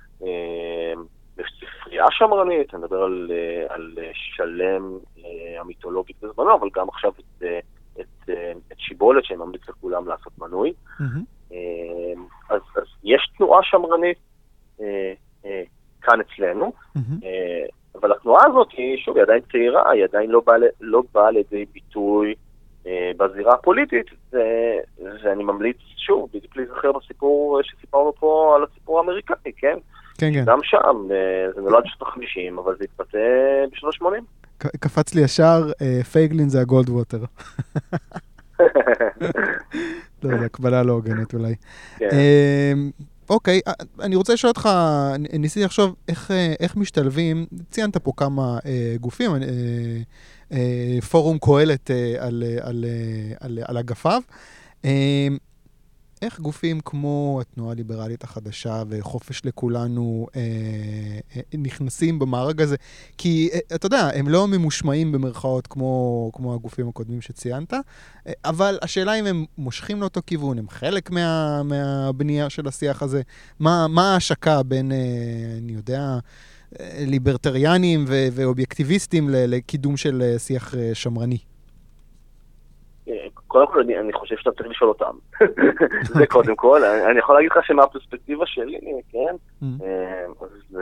Speaker 2: בספרייה שמרנית, אני מדבר על שלם המיתולוגית בזמנו, אבל גם עכשיו את שיבולת שהם ממליץ לכולם לעשות מנוי. אז יש תנועה שמרנית כאן אצלנו, אבל התנועה הזאת היא, שוב, היא עדיין צעירה, היא עדיין לא באה לידי ביטוי בזירה הפוליטית, ואני ממליץ, שוב, בדיוק להיזכר בסיפור שסיפרנו פה על הסיפור האמריקאי, כן?
Speaker 1: כן, כן.
Speaker 2: גם שם, זה נולד בשנות ה-50, אבל זה התפתח בשנות ה-80.
Speaker 1: קפץ לי ישר, פייגלין זה הגולד ווטר. לא, זה הקבלה לא הוגנת אולי. אוקיי, אני רוצה לשאול אותך, ניסיתי לחשוב איך משתלבים, ציינת פה כמה גופים, פורום קהלת על אגפיו, איך גופים כמו התנועה הליברלית החדשה וחופש לכולנו נכנסים במארג הזה? כי אתה יודע, הם לא ממושמעים במרכאות כמו הגופים הקודמים שציינת, אבל השאלה אם הם מושכים לאותו כיוון, הם חלק מהבנייה של השיח הזה. מה ההשקה בין, אני יודע, ליברטריאנים ואובייקטיביסטים לקידום של שיח שמרני?
Speaker 2: קודם כל, אני חושב שאתה צריך לשאול אותם. זה קודם כל. אני יכול להגיד לך שמהפרספקטיבה שלי, כן? אז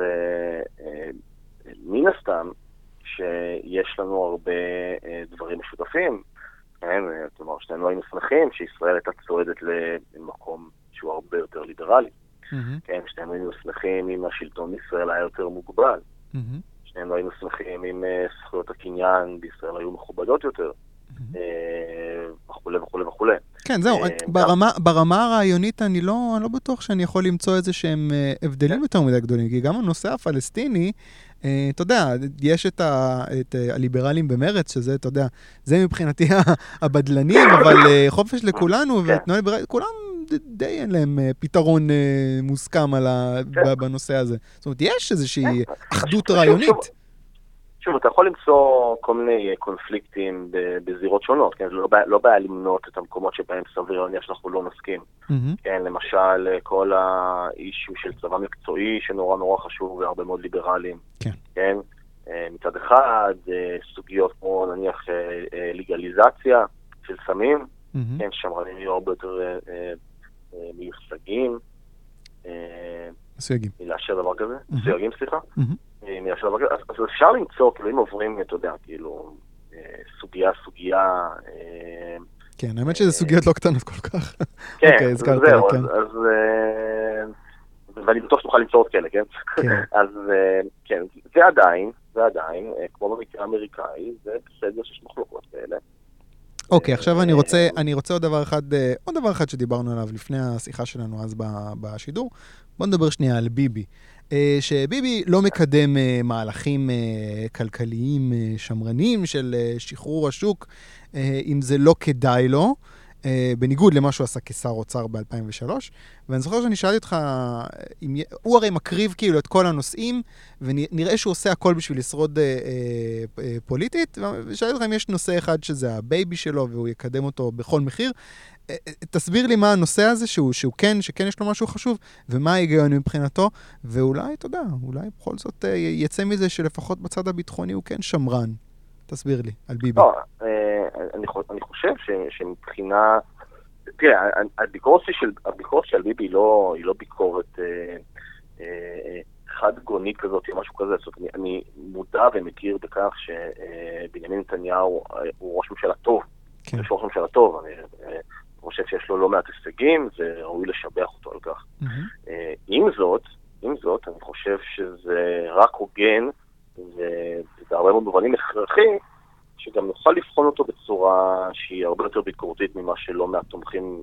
Speaker 2: מן הסתם שיש לנו הרבה דברים משותפים. כלומר, שנינו היינו שמחים שישראל הייתה צועדת למקום שהוא הרבה יותר ליברלי. כן, שנינו היינו שמחים אם השלטון בישראל היה יותר מוגבל. שנינו היינו שמחים אם זכויות הקניין בישראל היו מכובדות יותר. וכו' וכו' וכו'.
Speaker 1: כן, זהו, ברמה הרעיונית אני לא בטוח שאני יכול למצוא איזה שהם הבדלים יותר מדי גדולים, כי גם הנושא הפלסטיני, אתה יודע, יש את הליברלים במרץ, שזה, אתה יודע, זה מבחינתי הבדלנים, אבל חופש לכולנו, והתנועה ליברלית, כולם די אין להם פתרון מוסכם בנושא הזה. זאת אומרת, יש איזושהי אחדות רעיונית.
Speaker 2: שוב, אתה יכול למצוא כל מיני קונפליקטים בזירות שונות, כן? לא בעיה למנות את המקומות שבהם סביר להניח שאנחנו לא נסכים. כן, למשל, כל האישו של צבא מקצועי שנורא נורא חשוב והרבה מאוד ליברלים. כן? מצד אחד, סוגיות כמו נניח לגליזציה של סמים, כן, שמרנים יהיו הרבה יותר מיושגים.
Speaker 1: מסויגים.
Speaker 2: מלאשר דבר כזה? מסויגים, סליחה. אז אפשר למצוא, כאילו אם עוברים, אתה יודע, כאילו, סוגיה.
Speaker 1: כן, האמת שזה סוגיות לא קטנות כל כך.
Speaker 2: כן, זהו, אז ואני בטוח שתוכל למצוא עוד כאלה, כן? אז כן, ועדיין, כמו במקרה האמריקאי, זה בסדר שיש מחלוקות כאלה.
Speaker 1: אוקיי, עכשיו אני רוצה עוד דבר אחד שדיברנו עליו לפני השיחה שלנו אז בשידור. בוא נדבר שנייה על ביבי. שביבי לא מקדם מהלכים כלכליים שמרניים של שחרור השוק, אם זה לא כדאי לו, בניגוד למה שהוא עשה כשר אוצר ב-2003. ואני זוכר שאני שאלתי אותך, הוא הרי מקריב כאילו את כל הנושאים, ונראה שהוא עושה הכל בשביל לשרוד פוליטית, ושאלתי אותך אם יש נושא אחד שזה הבייבי שלו, והוא יקדם אותו בכל מחיר. תסביר לי מה הנושא הזה, שכן יש לו משהו חשוב, ומה ההיגיון מבחינתו, ואולי, אתה יודע, אולי בכל זאת יצא מזה שלפחות בצד הביטחוני הוא כן שמרן. תסביר לי, על ביבי.
Speaker 2: לא, אני חושב שמבחינה, תראה, הביקורת של ביבי היא לא ביקורת חד-גונית כזאת או משהו כזה, זאת אומרת, אני מודע ומכיר בכך שבנימין נתניהו הוא ראש ממשלה טוב, יש ראש ממשלה טוב, אני חושב שיש לו לא מעט הישגים, וראוי לשבח אותו על כך. עם זאת, אני חושב שזה רק הוגן, ובהרבה מאוד מובנים הכרחי, שגם נוכל לבחון אותו בצורה שהיא הרבה יותר ביקורתית ממה שלא מעט תומכים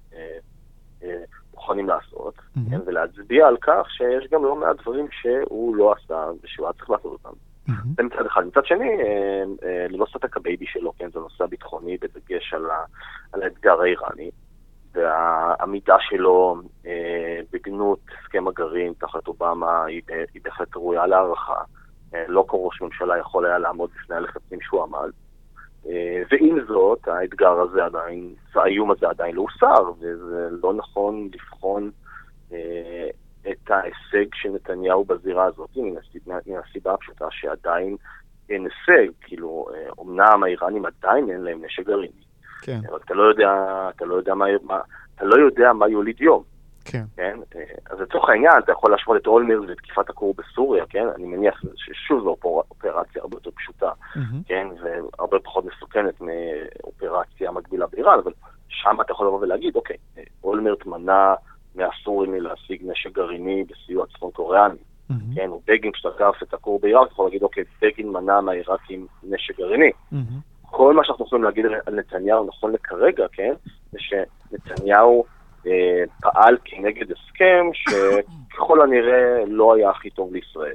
Speaker 2: מוכנים לעשות, ולהצביע על כך שיש גם לא מעט דברים שהוא לא עשה, ושהוא היה צריך לעשות אותם. זה מצד אחד. מצד שני, ללא ספק הבייבי שלו, כן, זה נושא ביטחוני בדגש על האתגר האיראני, והעמידה שלו בגנות הסכם הגרעין תחת אובמה היא בהחלט ראויה להערכה. לא כל ראש ממשלה יכול היה לעמוד בפני הלחצים שהוא עמד. ועם זאת, האיום הזה עדיין לא הוסר, וזה לא נכון לבחון את ההישג של נתניהו בזירה הזאת, מן הסיבה הפשוטה שעדיין אין הישג, כאילו, אמנם האיראנים עדיין אין להם נשק גרעיני. כן. אבל אתה לא יודע מה יוליד יום.
Speaker 1: כן.
Speaker 2: כן? אז לצורך העניין, אתה יכול להשוות את אולמרט ותקיפת הכור בסוריה, כן? אני מניח ששוב זו אופרציה הרבה יותר פשוטה, כן? והרבה פחות מסוכנת מאופרציה מקבילה באיראן, אבל שם אתה יכול לבוא ולהגיד, אוקיי, אולמרט מנע מהסורים להשיג נשק גרעיני בסיוע צפון קוריאני, כן? או בגין שתקף את הכור בעיראק, אתה יכול להגיד, אוקיי, בגין מנע מהעיראקים נשק גרעיני. כל מה שאנחנו יכולים להגיד על נתניהו נכון לכרגע, כן? זה שנתניהו פעל כנגד הסכם שככל הנראה לא היה הכי טוב לישראל.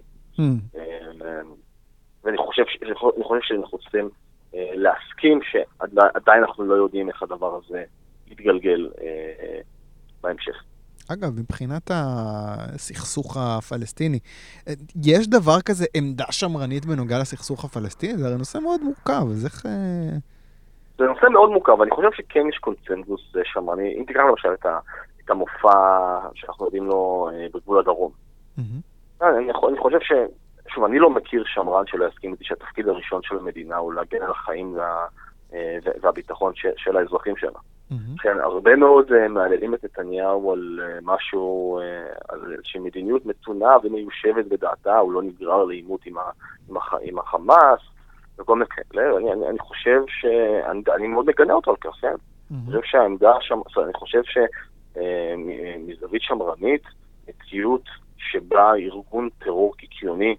Speaker 2: ואני חושב שאנחנו צריכים להסכים שעדיין אנחנו לא יודעים איך הדבר הזה יתגלגל בהמשך.
Speaker 1: אגב, מבחינת הסכסוך הפלסטיני, יש דבר כזה עמדה שמרנית בנוגע לסכסוך הפלסטיני? זה הרי נושא מאוד מורכב, אז איך...
Speaker 2: זה נושא מאוד מורכב, אני חושב שכן יש קונצנזוס שמרני. אם תקרא למשל את המופע שאנחנו יודעים לו בגבול הדרום. אני חושב שוב, אני לא מכיר שמרן שלא יסכים איתי שהתפקיד הראשון של המדינה הוא להגן על החיים והביטחון של האזרחים שלה. כן, הרבה מאוד מעללים את נתניהו על משהו, על איזושהי מדיניות מתונה ומיושבת בדעתה, הוא לא נגרר לעימות עם החמאס, וכל מיני כאלה. אני חושב אני מאוד מגנה אותו על כך, כן? אני חושב שהעמדה שם, אני חושב שמזווית שמרנית, מציאות שבה ארגון טרור קיקיוני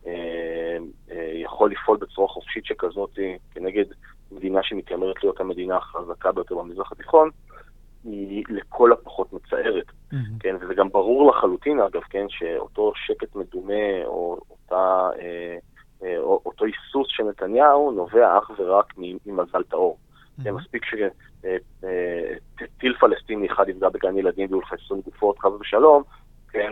Speaker 2: יכול לפעול בצורה חופשית שכזאת כנגד מדינה שמתיימרת להיות המדינה החזקה ביותר במזרח התיכון, היא לכל הפחות מצערת. כן, וזה גם ברור לחלוטין, אגב, כן, שאותו שקט מדומה, או אותו היסוס של נתניהו, נובע אך ורק ממזל טהור. כן, מספיק שטיל פלסטיני אחד יפגע בגן ילדים ויולחסו גופות חס ושלום, כן,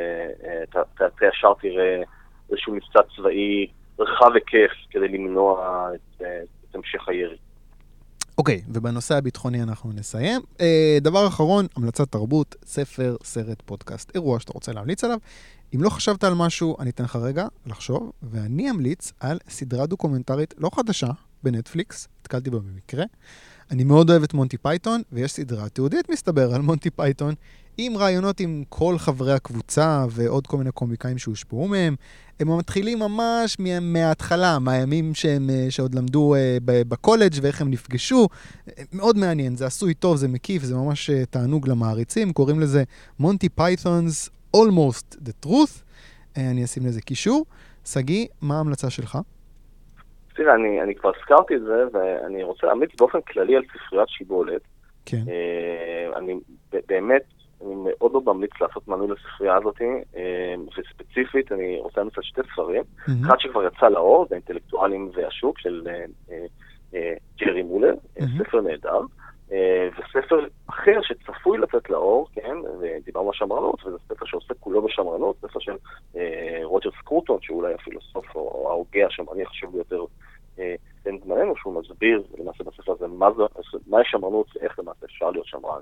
Speaker 2: ואתה ישר תראה איזשהו מבצע צבאי רחב וכיף כדי למנוע את המשך הירי.
Speaker 1: אוקיי, ובנושא הביטחוני אנחנו נסיים. דבר אחרון, המלצת תרבות, ספר, סרט, פודקאסט, אירוע שאתה רוצה להמליץ עליו. אם לא חשבת על משהו, אני אתן לך רגע לחשוב, ואני אמליץ על סדרה דוקומנטרית לא חדשה בנטפליקס, התקלתי בה במקרה. אני מאוד אוהב את מונטי פייתון, ויש סדרה תיעודית מסתבר על מונטי פייתון, עם רעיונות עם כל חברי הקבוצה ועוד כל מיני קומיקאים שהושפעו מהם. הם מתחילים ממש מההתחלה, מהימים שעוד למדו בקולג' ואיך הם נפגשו. מאוד מעניין, זה עשוי טוב, זה מקיף, זה ממש תענוג למעריצים. קוראים לזה מונטי פייתונ's Almost the Truth. אני אשים לזה קישור. סגי, מה ההמלצה שלך?
Speaker 2: תראה, אני כבר הזכרתי את זה, ואני רוצה להמליץ באופן כללי על ספריית שיבולת.
Speaker 1: כן.
Speaker 2: אני באמת, אני מאוד לא ממליץ לעשות מנוי לספרייה הזאת, וספציפית אני רוצה להמליץ על שתי ספרים. אחד שכבר יצא לאור, זה האינטלקטואלים והשוק של ג'רי מולר, ספר נהדר, וספר אחר שצפוי לצאת לאור, כן, ודיברנו על שמרנות, וזה ספר שעוסק כולו בשמרנות, ספר של רוג'ר סקרוטון, שאולי הפילוסוף או ההוגה השמרני החשוב ביותר בין זמננו, שהוא מסביר למעשה בספר הזה מהי שמרנות ואיך למעשה אפשר להיות שמרן.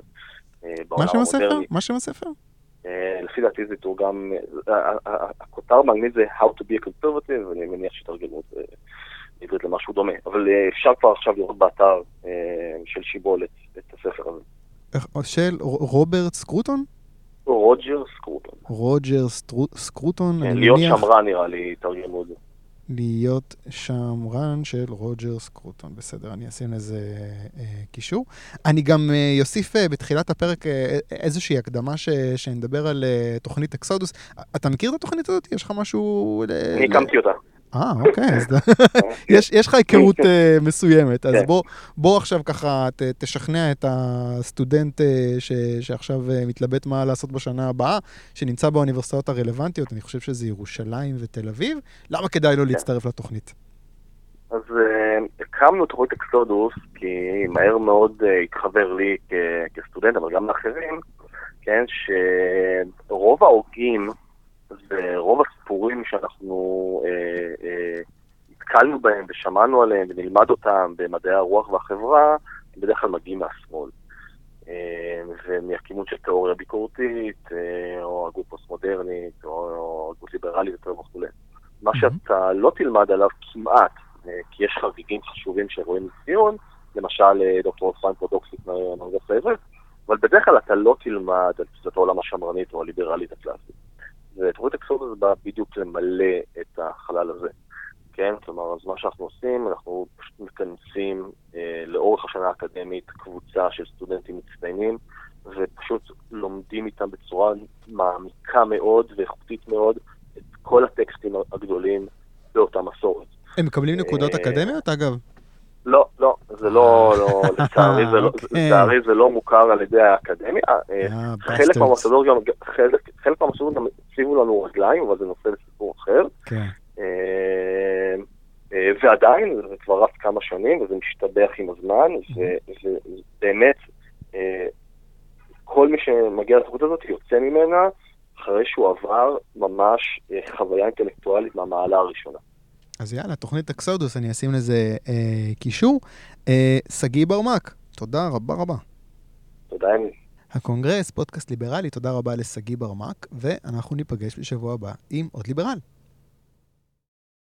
Speaker 1: מה שם הספר?
Speaker 2: לפי דעתי זה תורגם, הכותר באנגלית זה How to be a conservative, ואני מניח שתרגמו את זה עברית למשהו דומה, אבל אפשר כבר עכשיו לראות באתר של שיבולת את הספר הזה.
Speaker 1: של רוברט סקרוטון?
Speaker 2: רוג'ר סקרוטון.
Speaker 1: רוג'ר סקרוטון.
Speaker 2: להיות שמרן נראה לי, תרגמו את זה.
Speaker 1: להיות שמרן של רוג'ר סקרוטון. בסדר, אני אשים לזה קישור. אני גם יוסיף בתחילת הפרק איזושהי הקדמה שנדבר על תוכנית אקסודוס. אתה מכיר את התוכנית הזאת? יש לך משהו...
Speaker 2: אני הקמתי אותה.
Speaker 1: אוקיי, אז יש לך היכרות מסוימת, אז בוא עכשיו ככה תשכנע את הסטודנט שעכשיו מתלבט מה לעשות בשנה הבאה, שנמצא באוניברסיטאות הרלוונטיות, אני חושב שזה ירושלים ותל אביב, למה כדאי לו להצטרף לתוכנית?
Speaker 2: אז הקמנו תוכנית אקסודוס, כי מהר מאוד התחבר לי כסטודנט, אבל גם לאחרים, כן, שרוב ההוגים, ורוב הסיפורים שאנחנו התקלנו בהם ושמענו עליהם ונלמד אותם במדעי הרוח והחברה, הם בדרך כלל מגיעים מהשמאל. ומהכיוון של תיאוריה ביקורתית, או הגות פוסט-מודרנית, או הגות ליברלית יותר וכו'. מה שאתה לא תלמד עליו כמעט, כי יש חריגים חשובים שרואים לציון, למשל דוקטור אפרים פרודוקסית מהאוניברסיטה העברית, אבל בדרך כלל אתה לא תלמד על תפיסת העולם השמרנית או הליברלית הקלאסית. ותוכנית אקסודוס באה בדיוק למלא את החלל הזה. כן? כלומר, אז מה שאנחנו עושים, אנחנו פשוט מכנסים לאורך השנה האקדמית קבוצה של סטודנטים מצטיינים, ופשוט לומדים איתם בצורה מעמיקה מאוד ואיכותית מאוד את כל הטקסטים הגדולים באותה מסורת.
Speaker 1: הם מקבלים נקודות אקדמיות, אגב?
Speaker 2: לא, לא, זה לא, לצערי זה לא מוכר על ידי האקדמיה. חלק מהמוסדות גם הציבו לנו רגליים, אבל זה נושא לסיפור אחר. ועדיין, זה כבר רץ כמה שנים, וזה משתבח עם הזמן, ובאמת, כל מי שמגיע לתוכנית הזאת יוצא ממנה, אחרי שהוא עבר ממש חוויה אינטלקטואלית מהמעלה הראשונה.
Speaker 1: אז יאללה, תוכנית אקסודוס, אני אשים לזה קישור. סגי ברמק, תודה רבה רבה.
Speaker 2: תודה, אמי.
Speaker 1: הקונגרס, פודקאסט ליברלי, תודה רבה לסגי ברמק, ואנחנו ניפגש בשבוע הבא עם עוד ליברל.